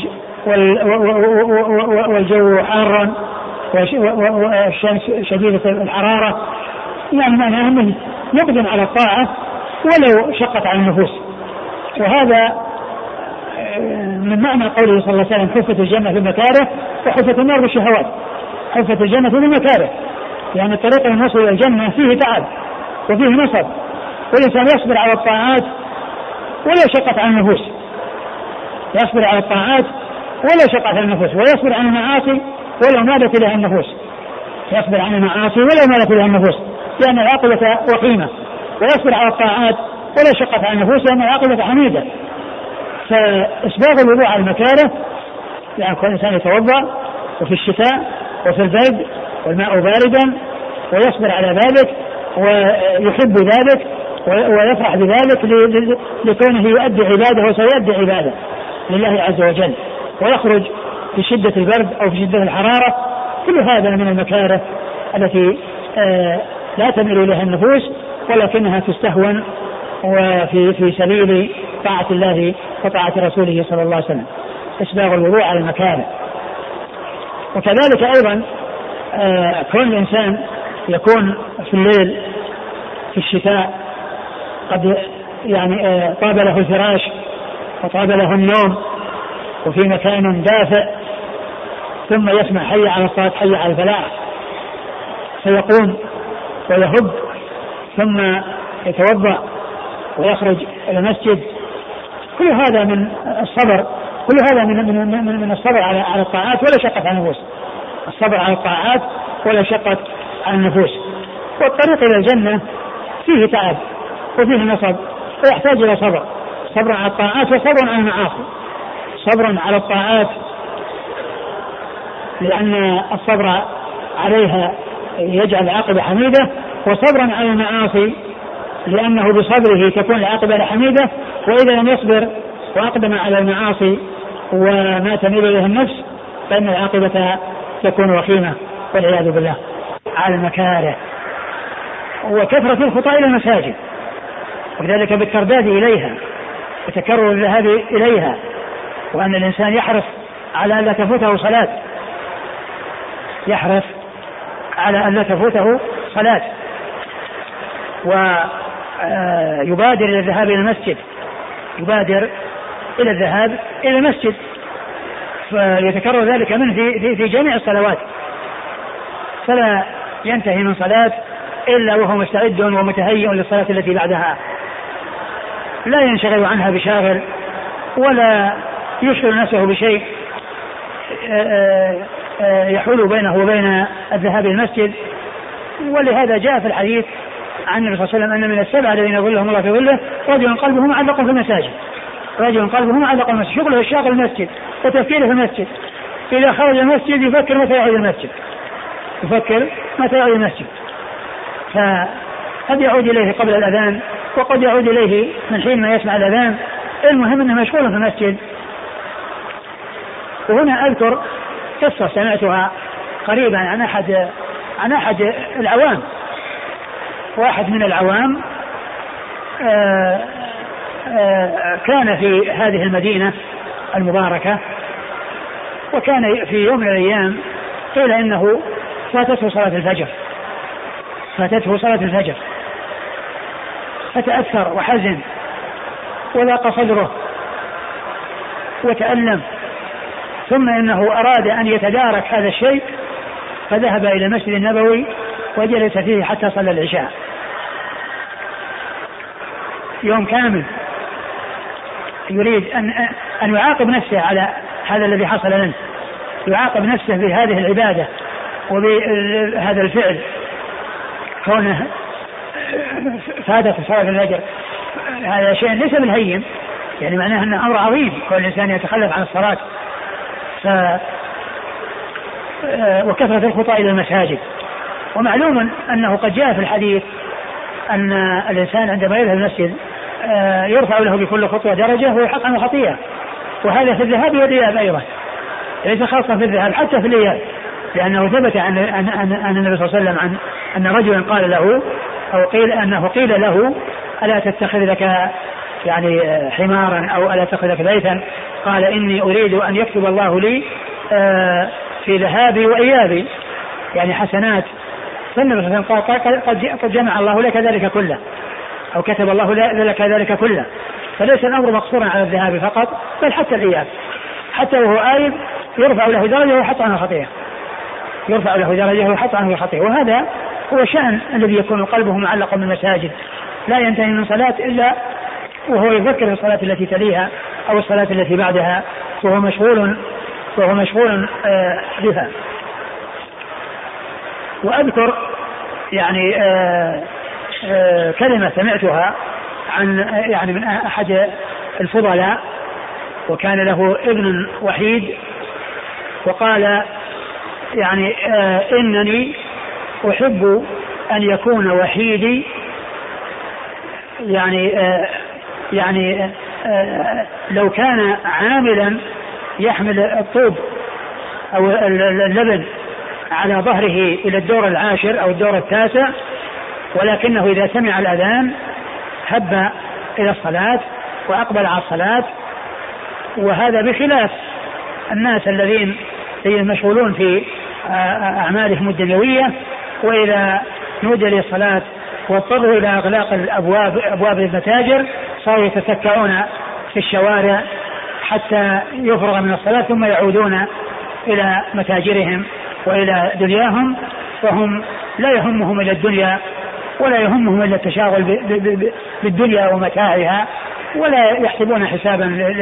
والجو حارا والشمس شديدة الحرارة، يعني معناه أنه يقدم على الطاعة ولو شقت على النفوس. وهذا من معنى قوله صلى الله عليه وسلم حفت الجنة بالمكاره وحفت النار بالشهوات. حفت الجنة بالمكاره يعني الطريق الموصل إلى الجنة فيه تعب وفيه نصب، والإنسان يصبر على الطاعات ولا شقت على النفوس، يصبر على الطاعات ولا شقت على النفوس، ويصبر عن المعاصي ولو مالت إليها النفوس، يصبر عن المعاصي ولو مالت إليها النفوس لأن العاقبة وخيمة، ويصبر على الطاعات ولا شقت على النفوس لأن العاقبة حميدة. فإسباغ الوضوء على المكاره يعني كل إنسان يتوضأ وفي الشتاء وفي البرد والماء باردا ويصبر على ذلك ويحب ذلك ويفرح بذلك لكونه يؤدي عباده وسيؤدي عباده لله عز وجل، ويخرج في شدة البرد أو في شدة الحرارة. كل هذا من المكاره التي لا تميل إليها النفوس ولكنها تستهون وفي في سبيل طاعة الله وطاعة رسوله صلى الله عليه وسلم، إسباغ الوضوء على المكاره. وكذلك أيضا كون الإنسان يكون في الليل في الشتاء قد يعني طاب له الفراش وطاب له النوم وفي مكان دافئ، ثم يسمع حي على الصلاة حي على الفلاح فيقوم ويهب ثم يتوضأ ويخرج إلى المسجد. كل هذا من الصبر، كل هذا من من من, من الصبر على على الطاعات ولا شقة على النفوس، الصبر على الطاعات ولا شقة على النفوس. والطريق إلى الجنة فيه تعب وفيه نصب ويحتاج إلى صبر، صبر على الطاعات وصبر على المعاصي. صبر على الطاعات لأن الصبر عليها يجعل العاقبة حميدة، وصبرا على المعاصي لأنه بصبره تكون العاقبة حميدة، وإذا لم يصبر وأقدم على المعاصي وما تميل إليه النفس فإن العاقبة تكون وخيمة والعياذ بالله. على المكاره وكثرة الخطى إلى المساجد، وذلك بالترداد إليها وتكرر الذهاب إليها، وأن الإنسان يحرص على أن لا تفوته صلاة، يحرص على أن لا تفوته صلاة ويبادر إلى الذهاب إلى المسجد، يبادر إلى الذهاب إلى المسجد، فيتكرر ذلك منه في, في جميع الصلوات، فلا ينتهي من صلاة إلا وهو مستعد ومتهيئ للصلاة التي بعدها، لا ينشغل عنها بشاغل ولا يشغل نفسه بشيء يحول بينه وبين الذهاب إلى المسجد. ولهذا جاء في الحديث عن النبي صلى الله عليه وسلم أن من السبعة الذين يظلهم الله في ظله رجل قلبه معلق في المساجد، رجل قلبه معلق في المسجد، شغله الشاغل المسجد وتفكيره في المسجد، إذا خرج المسجد يفكر متى يعود المسجد، يفكر متى يعود المسجد، فقد يعود إليه قبل الأذان وقد يعود إليه من حين ما يسمع الأذان، المهم أنه مشغول في المسجد. وهنا أذكر قصة سمعتها قريبا عن أحد عن أحد العوام، واحد من العوام آآ آآ كان في هذه المدينة المباركة، وكان في يوم من الأيام قيل إنه فاتته صلاة الفجر فاتته صلاة الفجر فتأثر وحزن وضاق صدره وتألم، ثم إنه أراد أن يتدارك هذا الشيء فذهب إلى المسجد النبوي وجلس فيه حتى صلى العشاء، يوم كامل يريد أن أن يعاقب نفسه على هذا الذي حصل له، يعاقب نفسه بهذه العبادة وبهذا الفعل كونه فاتت صلاة الفجر. هذا شيء ليس بالهين، يعني معناه أنه أمر عظيم كل إنسان يتخلف عن الصلاة. ف وكثرة الخطى إلى المساجد. ومعلوم أنه قد جاء في الحديث أن الإنسان عندما يذهب المسجد يرفع له بكل خطوة درجة ويحق عنه خطيئة، وهذا في الذهاب والإياب أيضا، ليس خاصة في الذهاب حتى في الإياب، لأنه ثبت عن أن النبي صلى الله عليه وسلم عن أن رجلا قال له أو قيل أنه قيل له ألا تتخذ لك يعني حمارا أو ألا تتخذ لك بيتا، قال إني أريد أن يكتب الله لي في ذهابي وإيابي يعني حسنات. فالنبي صلى الله عليه وسلم قال قد جمع الله لك ذلك كله أو كتب الله لك ذلك كله، فليس الأمر مقصورا على الذهاب فقط بل حتى الإياب، حتى وهو آيب يرفع له درجة ويحط عنه خطيئة، يرفع له درجة ويحط عنه خطيئة. وهذا هو شأن الذي يكون قلبه معلق بالمساجد، لا ينتهي من صلاة إلا وهو يفكر في الصلاة التي تليها أو الصلاة التي بعدها، وهو مشغول وهو مشغول بها. وأذكر يعني آآ آآ كلمة سمعتها عن يعني من أحد الفضلاء، وكان له ابن وحيد، وقال يعني آه إنني أحب أن يكون وحيدي يعني آه يعني آه لو كان عاملا يحمل الطوب أو اللبن على ظهره إلى الدور العاشر أو الدور التاسع، ولكنه إذا سمع الأذان هب إلى الصلاة وأقبل على الصلاة. وهذا بخلاف الناس الذين مشغولون في أعمالهم الدنيوية، وإذا نودي للصلاة واضطروا إلى إغلاق الأبواب أبواب المتاجر صاروا يتسكعون في الشوارع حتى يفرغ من الصلاة ثم يعودون إلى متاجرهم وإلى دنياهم، وهم لا يهمهم إلا الدنيا ولا يهمهم إلا التشاغل بالدنيا ومتاعها، ولا يحسبون حسابا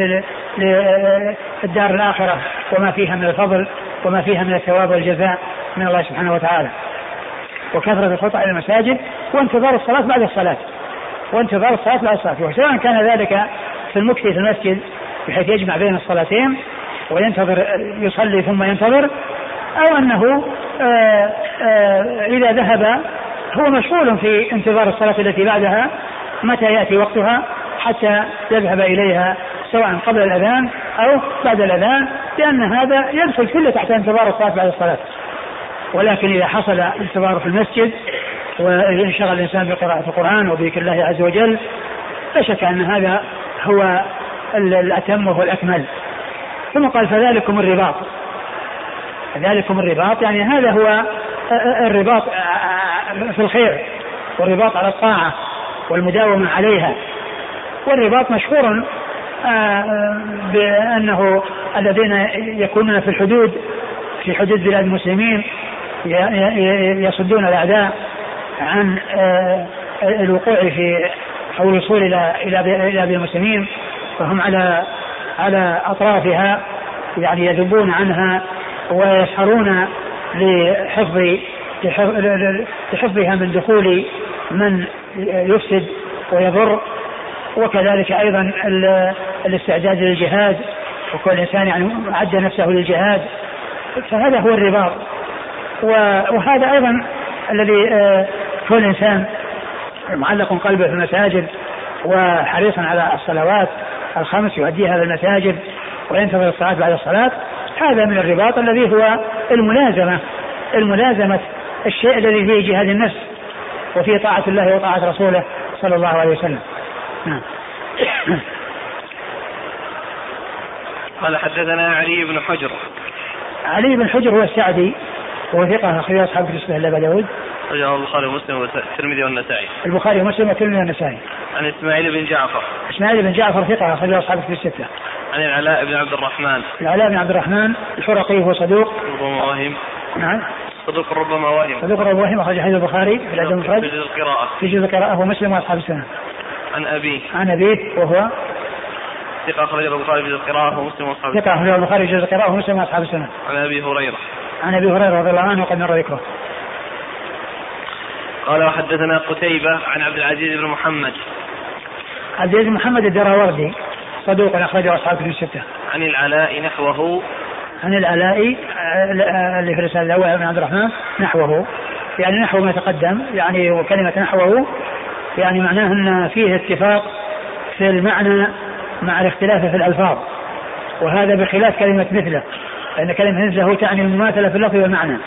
للدار الآخرة وما فيها من الفضل وما فيها من الثواب والجزاء من الله سبحانه وتعالى. وكثرة الخطأ إلى المساجد وانتظار الصلاة بعد الصلاة وانتظار الصلاة بعد الصلاة، وسواء كان ذلك في المكث في المسجد بحيث يجمع بين الصلاتين وينتظر يصلي ثم ينتظر، أو أنه آآ آآ إذا ذهب هو مشغول في انتظار الصلاة التي بعدها متى يأتي وقتها حتى يذهب إليها سواء قبل الأذان أو بعد الأذان، لأن هذا يدخل كله تحت انتظار الصلاة بعد الصلاة. ولكن إذا حصل انتظار في المسجد وانشغل الإنسان بقراءة القرآن وبذكر الله عز وجل لا شك أن هذا هو الأتم وهو الأكمل. ثم قال فذلكم الرباط، ذلكم الرباط يعني هذا هو الرباط في الخير والرباط على الطاعة والمداومة عليها. والرباط مشهور بأنه الذين يكونون في الحدود في حدود بلاد المسلمين يصدون الأعداء عن الوقوع في أو الوصول إلى إلى بلاد المسلمين، فهم على على أطرافها يعني يذبون عنها ويسحرون لحفظ لحفظها من دخول من يفسد ويضر. وكذلك أيضا الاستعداد للجهاد، وكل إنسان يعني أعد نفسه للجهاد، فهذا هو الرباط. وهذا أيضا الذي كل إنسان معلق قلبه في المساجد وحريصا على الصلوات الخمس يؤديها في المساجد وينتظر الصلاة بعد الصلاة، هذا من الرباط الذي هو الملازمة الملازمة الشيء الذي فيه جهاد النفس وفيه طاعة الله وطاعة رسوله صلى الله عليه وسلم. نعم. قال حدثنا علي بن حجر. علي بن حجر هو السعدي وهو ثقة أخرج أصحاب الكتب إلا أبا داود، أخرجه البخاري ومسلم والترمذي والنسائي. البخاري ومسلم والترمذي والنسائي. عن إسماعيل بن جعفر. إسماعيل بن جعفر ثقة أخرج أصحاب الكتب الستة. عن العلاء بن عبد الرحمن. العلاء بن عبد الرحمن الحرقي هو صدوق. ربما وهم. نعم. صدوق ربما وهم. صدوق ربما وهم أخرج حديث البخاري في الأدب المفرد. في جزء القراءة. في جزء القراءة ومسلم وأصحاب السنة. عن أبيه. عن أبيه وهو ثقة أخرج البخاري في جزء القراءة ومسلم وأصحاب السنة. ثقة أخرج البخاري في جزء القراءة ومسلم وأصحاب السنة. عن أبي هريرة. عن أبي هريرة رضي الله عنه وقد مر ذكره. قال وحدثنا قتيبة عن عبد العزيز بن محمد. عبد العزيز بن محمد الدراوردي صدوق أخرجه أصحاب الكتب الستة. عن العلاء نحوه. عن العلاء اللي في الرسالة الأول بن عبد الرحمن نحوه، يعني نحو ما تقدم، يعني وكلمة نحوه يعني معناه أن فيه اتفاق في المعنى مع الاختلاف في الألفاظ، وهذا بخلاف كلمة مثله، لأن كلمة مثله تعني المماثلة في اللفظ والمعنى.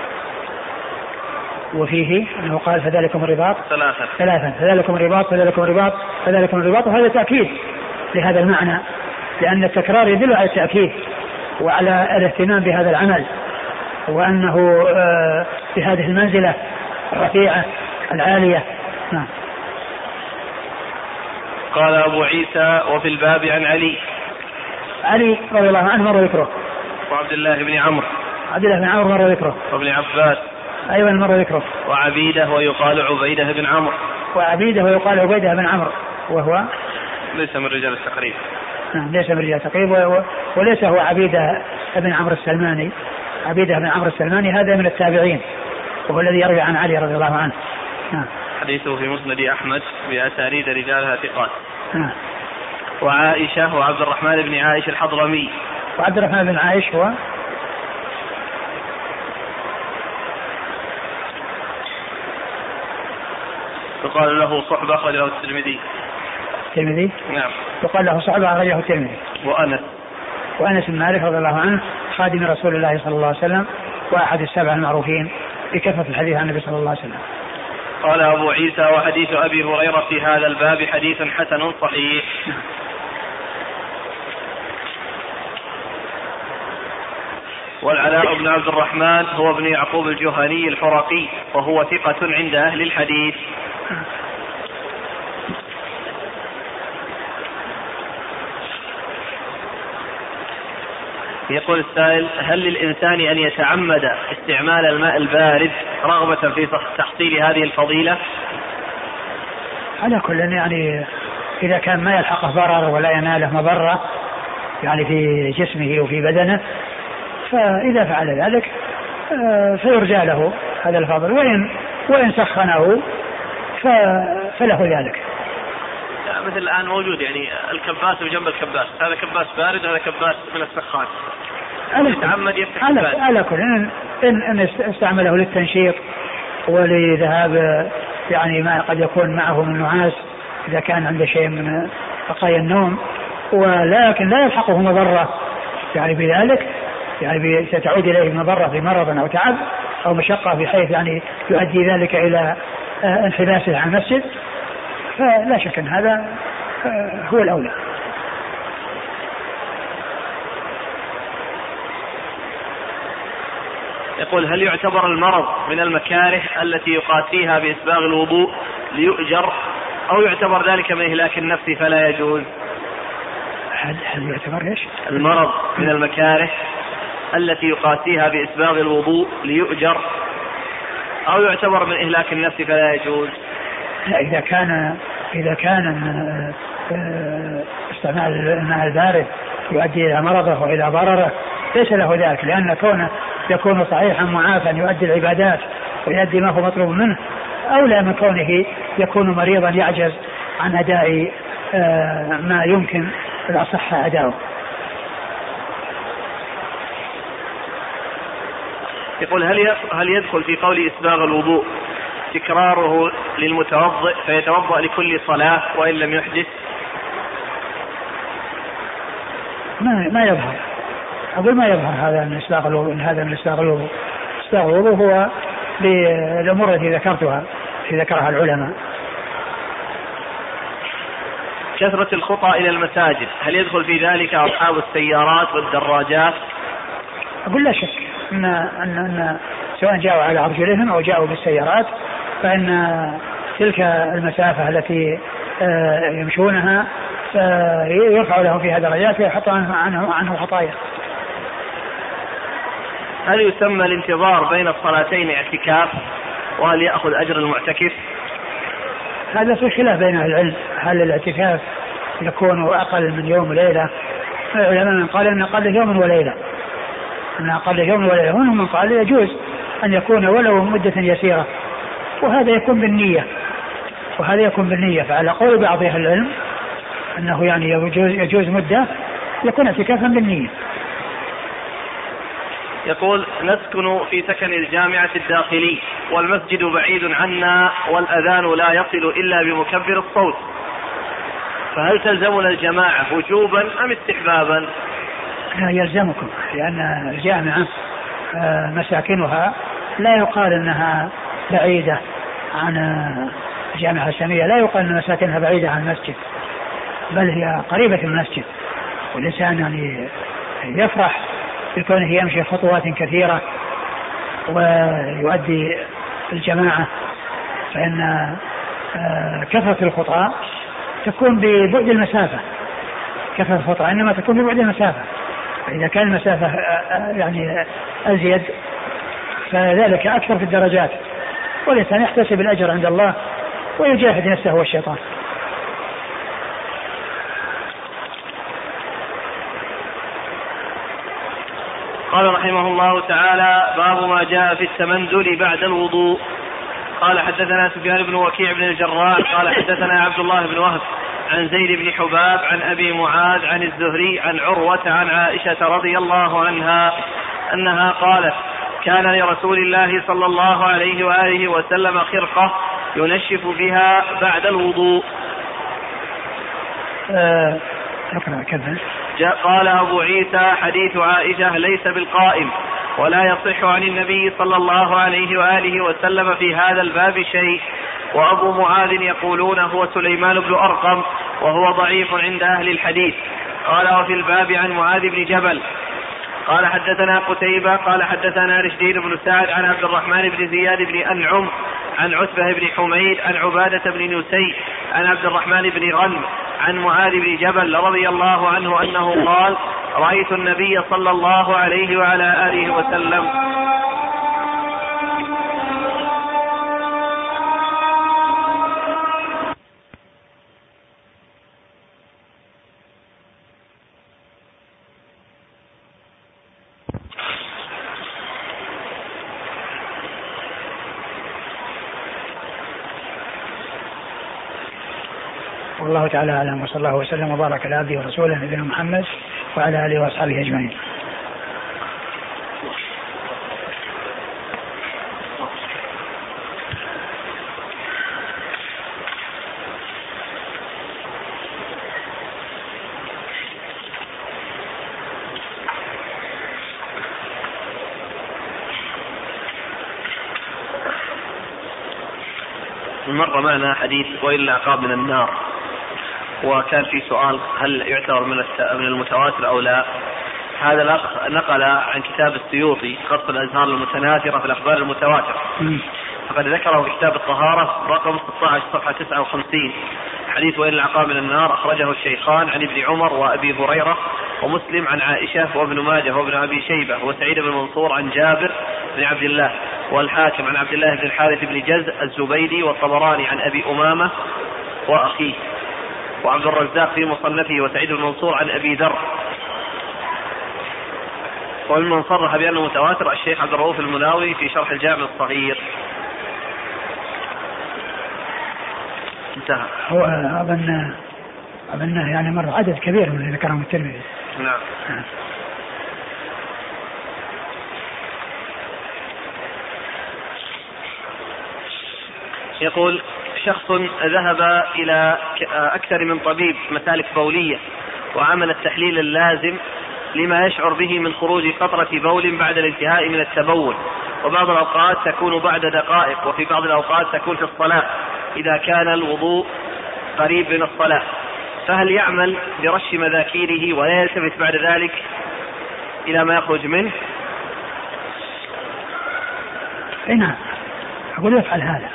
وفيه أنه قال فذلكم الرباط ثلاثة ثلاثا فذلكم الرباط فذلكم الرباط فذلكم الرباط، وهذا تأكيد لهذا المعنى، لأن التكرار يدل على التأكيد وعلى الاهتمام بهذا العمل، وأنه بهذه المنزلة الرفيعة العالية. نعم. قال أبو عيسى وفي الباب عن علي. علي رضي الله عنه مر ذكره. وعبد الله بن عمرو. عبد الله بن عمرو مر ذكره. وابن عباس. أيضا مر ذكره. وعبيدة ويقال عبيدة بن عمرو. وعبيدة ويقال عبيدة بن عمرو وهو ليس من رجال التقريب. نعم ليس من رجال التقريب، وليس هو عبيدة بن عمرو السلماني. عبيدة بن عمرو السلماني هذا من التابعين، وهو الذي يروي عن علي رضي الله عنه. نعم. حديثه في مسند أحمد بأسانيد رجالها ثقات. نعم. وعائشة وعبد الرحمن بن عائش الحضرمي. وعبد الرحمن بن عائش هو يقال له صحبة أخرجه الترمذي. الترمذي؟ نعم. يقال له صحبة أخرجه الترمذي. وأنس وأنس بن مالك رضي الله عنه خادم رسول الله صلى الله عليه وسلم وأحد السبع المعروفين بكثرة الحديث عن النبي صلى الله عليه وسلم. قال أبو عيسى وحديث أبي هريرة في هذا الباب حديث حسن صحيح. والعلاء بن عبد الرحمن هو ابن يعقوب الجهني الحرقي وهو ثقة عند أهل الحديث. يقول السائل: هل للإنسان أن يتعمد استعمال الماء البارد رغبة في تحصيل هذه الفضيلة؟ على كل يعني إذا كان ما يلحقه ضرر ولا يناله مضرة يعني في جسمه وفي بدنه فإذا فعل ذلك فيرجى له هذا الفضل، وإن, وإن سخنه فله ذلك. مثل الآن موجود يعني الكباس وجنب الكباس، هذا كباس بارد هذا كباس من السخان، يتعمد يفتح على, على كل إن, إن, إن استعمله للتنشيط ولذهاب يعني ما قد يكون معه من نعاس إذا كان عنده شيء من بقايا النوم، ولكن لا يلحقه مضرة يعني بذلك، يعني ستعود إليه مضرة في مرض أو تعب أو مشقة بحيث يعني يؤدي ذلك إلى انحباسه عن المسجد، فلا شك أن هذا هو الأولى. يقول: هل يعتبر المرض من المكاره التي يقاسيها بإسباغ الوضوء ليؤجر، أو يعتبر ذلك من إهلاك النفس فلا يجوز؟ هل, هل يعتبر إيش؟ المرض من المكاره التي يقاسيها بإسباغ الوضوء ليؤجر، أو يعتبر من إهلاك النفس فلا يجوز؟ لا، إذا كان إذا كان استعمال الماء البارد يؤدي إلى مرضه وإلى ضرره ليس له ذلك، لأن كونه يكون صحيحا معافا يؤدي العبادات ويؤدي ما هو مطلوب منه أولى من كونه يكون مريضا يعجز عن أداء ما يمكن الأصح أداؤه. يقول: هل هل يدخل في قول إسباغ الوضوء تكراره للمتوضئ فيتوضأ لكل صلاة وإن لم يحدث؟ ما ما يظهر، أقول ما يظهر هذا من إسباغ الوضوء، هذا من إسباغ الوضوء. إسباغ الوضوء هو للأمور التي ذكرتها التي ذكرها العلماء. كثرة الخطى إلى المساجد هل يدخل في ذلك أصحاب السيارات والدراجات؟ أقول لا شك أن, أن, أن سواء جاءوا على أرجلهم أو جاءوا بالسيارات فإن تلك المسافة التي يمشونها يرفع لهم فيها درجات ويحط عنه, عنه خطايا. هل يسمى الانتظار بين الصلاتين اعتكاف، وهل يأخذ أجر المعتكف؟ هذا في خلاف بين العلم، هل الاعتكاف يكون أقل من يوم وليلة؟ العلماء من قال أن أقل يوم وليلة أن أقل يوم وليلة، ومنهم من قال يجوز أن يكون ولو مدة يسيرة، وهذا يكون بالنية وهذا يكون بالنية فعلى قول بعض أهل العلم أنه يعني يجوز, يجوز مدة يكون اعتكافا بالنية. يقول: نسكن في سكن الجامعة الداخلي والمسجد بعيد عنا والأذان لا يصل إلا بمكبر الصوت، فهل تلزمنا الجماعة وجوبا أم استحبابا؟ لا، يلزمكم، لأن الجامعة مساكنها لا يقال أنها بعيدة عن الجامعة الإسلامية، لا يقال أن مساكنها بعيدة عن المسجد، بل هي قريبة من المسجد، والإنسان يعني يفرح بكونه يمشي خطوات كثيرة ويؤدي الجماعة، فإن كثرة الخطى تكون ببعد المسافة، كثرة الخطى إنما تكون ببعد المسافة، فإذا كان المسافة يعني أزيد فذلك أكثر في الدرجات، والإنسان يحتسب الأجر عند الله ويجاهد نفسه والشيطان. قال رحمه الله تعالى: باب ما جاء في التمندل بعد الوضوء. قال: حدثنا سفيان بن وكيع بن الجراح قال حدثنا عبد الله بن وهب عن زيد بن حباب عن أبي معاذ عن الزهري عن عروة عن عائشة رضي الله عنها أنها قالت: كان لرسول الله صلى الله عليه وآله وسلم خرقة ينشف بها بعد الوضوء. آه كذا. قال أبو عيسى حديث عائشة ليس بالقائم ولا يصح عن النبي صلى الله عليه وآله وسلم في هذا الباب شيء. وأبو معاذ يقولون هو سليمان بن أرقم وهو ضعيف عند أهل الحديث. قال وفي الباب عن معاذ بن جبل قال حدثنا قتيبة قال حدثنا رشدين بن سعد عن عبد الرحمن بن زياد بن أنعم عن عتبة بن حميد عن عبادة بن نسي عن عبد الرحمن بن غنم عن معاذ بن جبل رضي الله عنه أنه قال رأيت النبي صلى الله عليه وعلى آله وسلم والله تعالى أعلم وصلى الله وسلم وبارك على عبده ورسوله نبينا محمد وعلى آله وأصحابه أجمعين. مر معنا حديث وإلا عقاب من النار، وكان في سؤال هل يعتبر من المتواتر أو لا. هذا الأخ نقل عن كتاب السيوطي خط الأزهار المتناثرة في الأخبار المتواترة، فقد ذكره في كتاب الطهارة رقم ستة عشر صفحة تسعة وخمسين حديث وإن العقاب من النار، أخرجه الشيخان عن ابن عمر وأبي هريرة ومسلم عن عائشة وابن ماجه وابن أبي شيبة وسعيد بن منصور عن جابر بن عبد الله والحاكم عن عبد الله بن الحارث بن جز الزبيدي والطبراني عن أبي أمامة وأخيه وعبد الرزاق في مصنفه وسعيد بن منصور عن أبي ذر. ومن صرح بأنه متواتر الشيخ عبد الرؤوف المناوي في شرح الجامع الصغير. انتهى. هو أظن أظن يعني مر عدد كبير من اللي ذكرهم الترمذي. نعم. آه. يقول شخص ذهب إلى أكثر من طبيب مسالك بولية وعمل التحليل اللازم لما يشعر به من خروج قطرة بول بعد الانتهاء من التبول، وبعض الأوقات تكون بعد دقائق وفي بعض الأوقات تكون في الصلاة إذا كان الوضوء قريب من الصلاة، فهل يعمل برش مذاكيره ولا يلتفت بعد ذلك إلى ما يخرج منه؟ نعم، أقول يفعل هذا،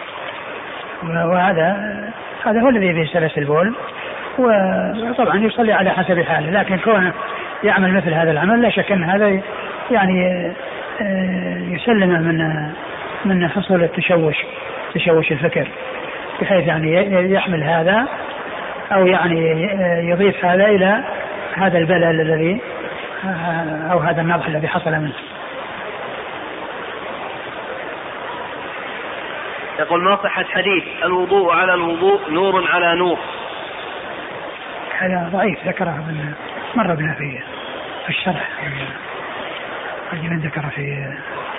وهذا هذا هو الذي فيه سلس البول، وطبعا يصلي على حسب حاله، لكن كونه يعمل مثل هذا العمل لا شك أن هذا يعني يسلم من من حصول التشوش تشوش الفكر، بحيث يعني يحمل هذا أو يعني يضيف هذا إلى هذا البلل الذي أو هذا النضح الذي حصل منه. يقول ما صحة حديث الوضوء على الوضوء نور على نور؟ هذا ضعيف، ذكره من مر بنا في الشرح، من ذكر في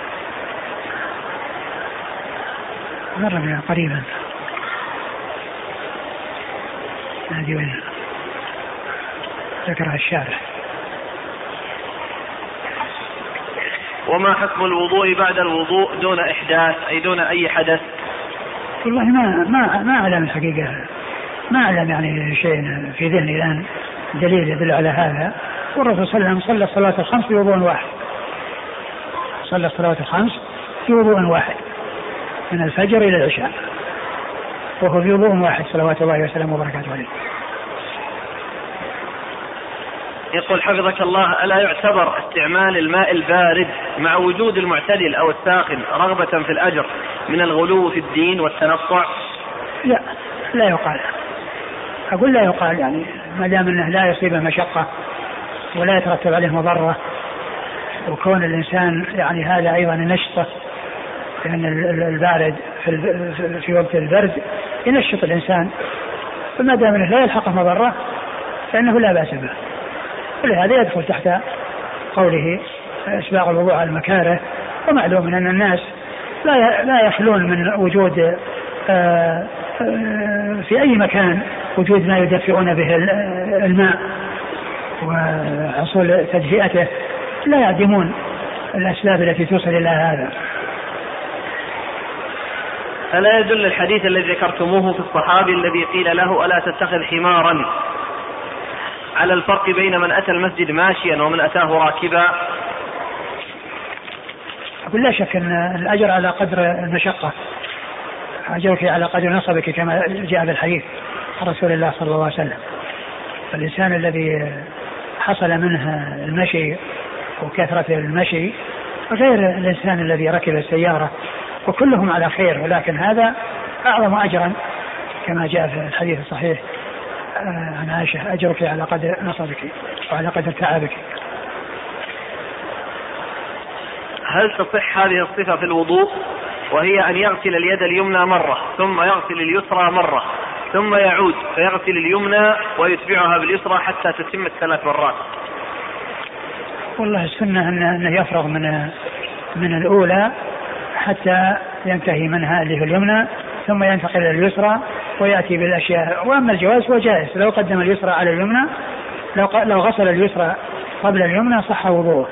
مر بنا قريبا هذه وين ذكرها الشارح. وما حكم الوضوء بعد الوضوء دون إحداث أي دون أي حدث؟ والله ما ما ما أعلم الحقيقة، ما أعلم يعني شيء في ذهني الآن دليل يدل على هذا. والرسول صلى الله عليه وسلم صلى الصلاة الخمس في وضوء واحد، صلى الصلاة الخمس في وضوء واحد من الفجر إلى العشاء، وهو في وضوء واحد صلوات الله وسلامه وبركاته عليه. يقول حفظك الله ألا يعتبر استعمال الماء البارد مع وجود المعتدل أو الساخن رغبة في الأجر من الغلو في الدين والتنطع؟ لا لا يقال، أقول لا يقال، يعني ما دام أنه لا يصيبه مشقة ولا يترتب عليه مضرة، وكون الإنسان يعني هذا أيضا نشطه، لأن البارد في, في وقت البرد ينشط الإنسان، فما دام أنه لا يلحقه مضرة فإنه لا بأس به، ولهذا يدخل تحت قوله إسباغ الوضوء على المكاره. ومعلوم أن الناس لا لا يخلون من وجود في أي مكان وجود ما يدفئون به الماء وحصول تدفئته لا يعدمون الأسباب التي توصل إلى هذا. ألا يدل الحديث الذي ذكرتموه في الصحابي الذي قيل له ألا تتخذ حمارا على الفرق بين من أتى المسجد ماشيا ومن أتاه راكبا؟ أقول لا شك أن الأجر على قدر المشقة، أجرك على قدر نصبك كما جاء بالحديث عن رسول الله صلى الله عليه وسلم. فالإنسان الذي حصل منه المشي وكثرة المشي غير الإنسان الذي ركب السيارة، وكلهم على خير، ولكن هذا أعظم أجرا كما جاء في الحديث الصحيح عن عائشة أجرك على قدر نصبك وعلى قدر تعبك. هل تصح هذه الصفة في الوضوء وهي أن يغسل اليد اليمنى مرة ثم يغسل اليسرى مرة ثم يعود فيغسل اليمنى ويتبعها باليسرى حتى تتم الثلاث مرات؟ والله السنة أنه يفرغ من من الأولى حتى ينتهي منها اللي في اليمنى ثم ينتقل إلى اليسرى ويأتي بالأشياء. وأما الجواز هو جائز، لو قدم اليسرى على اليمنى، لو لو غسل اليسرى قبل اليمنى صح وضوءه.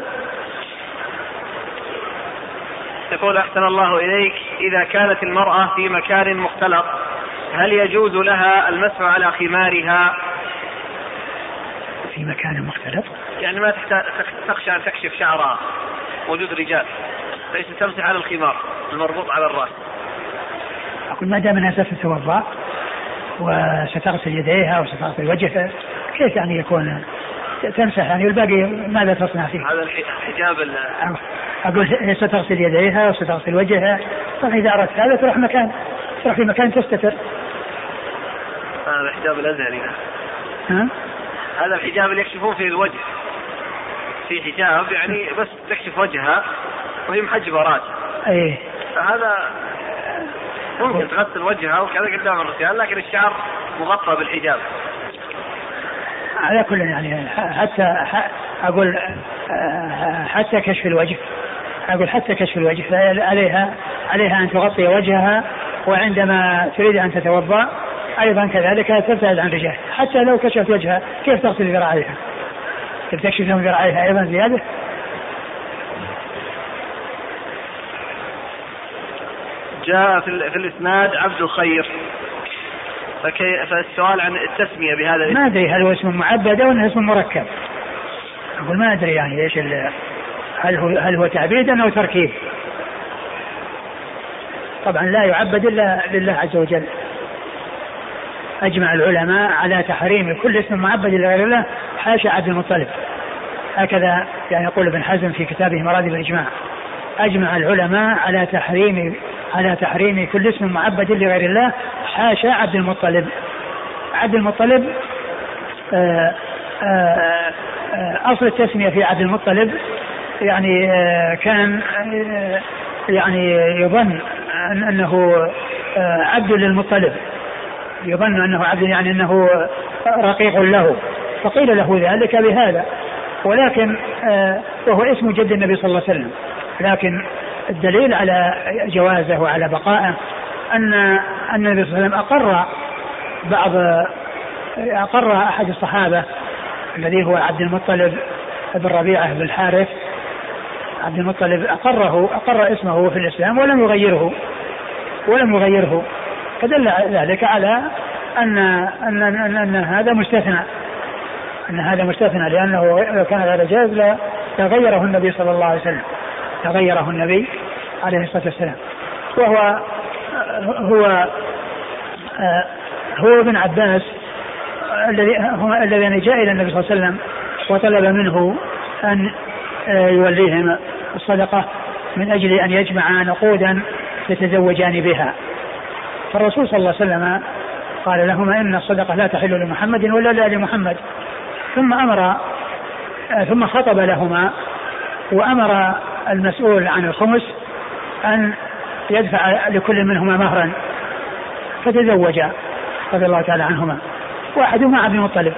يقول أحسن الله إليك، إذا كانت المرأة في مكان مختلط هل يجوز لها المسح على خمارها؟ في مكان مختلط يعني ما تخشى أن تكشف شعرها وجود رجال، ليس تمسح على الخمار المربوط على الرأس. أقول ما دام أنها ستتوضأ وستغسل يديها وستغسل وجهها كيف يعني يكون تمسح يعني والباقي ماذا تصنع فيه؟ هذا الحجاب. أقول ستغسل يديها وستغسل وجهها، فإذا أردت هذا تروح مكان تروح في مكان تستتر. هذا الحجاب الأزهري. ها؟ هذا الحجاب اللي يكشفون فيه الوجه، في حجاب يعني بس تكشف وجهها وهي محجبة راسها. أيه. فهذا ممكن تغسل وجهها وكذا قدام الرجال، لكن الشعر مغطى بالحجاب. على كل يعني حتى أقول حتى كشف الوجه، أقول حتى كشف الوجه عليها عليها أن تغطي وجهها، وعندما تريد أن تتوضأ أيضا كذلك تبتعد عن الرجال. حتى لو كشفت وجهها كيف تغسل ذراعيها؟ كيف تكشف لهم ذراعيها أيضا زيادة؟ جاء في الإسناد عبد الخير، فالسؤال عن التسمية بهذا الاسم. ما أدري هل هو اسم معبد أو اسم مركب. أقول ما أدري يعني إيش هل هو هل هو تعبيد أو تركيب. طبعا لا يعبد إلا لله عز وجل. أجمع العلماء على تحريم كل اسم معبد لغير الله حاشا عبد المطلب، هكذا يعني يقول ابن حزم في كتابه مراتب الإجماع. أجمع العلماء على تحريم على تحريم كل اسم معبد لغير الله حاشا عبد المطلب. عبد المطلب آآ آآ أصل التسمية في عبد المطلب يعني كان يعني يظن أنه عبد للمطلب، يظن أنه عبد يعني أنه رقيق له، فقيل له ذلك بهذا، ولكن وهو اسم جد النبي صلى الله عليه وسلم. لكن الدليل على جوازه وعلى بقائه أن أن النبي صلى الله عليه وسلم أقر بعض أقر أحد الصحابة الذي هو عبد المطلب بن ربيعة بن الحارث. عبد المطلب أقره أقر اسمه في الإسلام ولم يغيره ولم يغيره فدل ذلك على أن أن أن, أن هذا مستثنى أن هذا مستثنى لأنه لو كان غير جائز لا تغيره النبي صلى الله عليه وسلم تغيره النبي عليه الصلاة والسلام. وهو هو هو ابن عباس الذي الذين جاء إلى النبي صلى الله عليه وسلم وطلب منه أن يوليهم الصدقة من أجل أن يجمع نقودا يتزوجان بها. فالرسول صلى الله عليه وسلم قال لهما إن الصدقة لا تحل لمحمد ولا لآل محمد، ثم أمر ثم خطب لهما وأمر المسؤول عن الخمس أن يدفع لكل منهما مهرا، فتزوجا رضي الله تعالى عنهما، واحدهما عبد المطلب.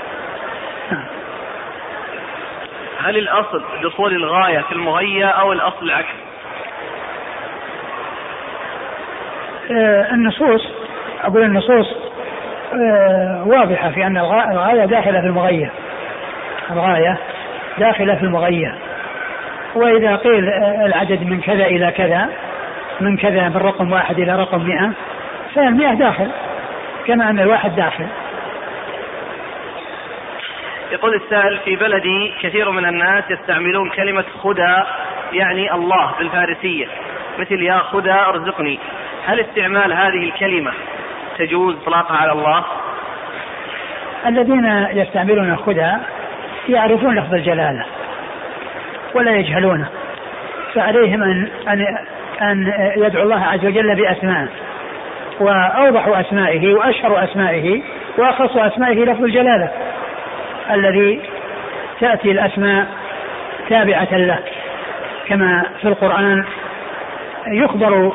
هل الأصل دخول الغاية في المغية أو الأصل العكس؟ النصوص أقول النصوص واضحة في أن الغاية داخلة في المغية، الغاية داخلة في المغية. وإذا قيل العدد من كذا إلى كذا، من كذا من رقم واحد إلى رقم مئة، فالمئة داخل كما أن الواحد داخل. يقول السائل: في بلدي كثير من الناس يستعملون كلمة خدى يعني الله بالفارسية، مثل يا خدى ارزقني، هل استعمال هذه الكلمة تجوز إطلاقها على الله؟ الذين يستعملون خدى يعرفون لفظ الجلالة ولا يجهلونه، فعليهم أن, أن, أن يدعو الله عز وجل بأسماء، وأوضح أسمائه وأشهر أسمائه وأخص أسمائه لفظ الجلالة الذي تأتي الأسماء تابعة له، كما في القرآن يخبر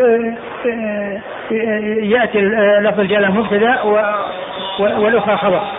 يأتي لفظ الجلالة مبتدأ والأخرى خبر.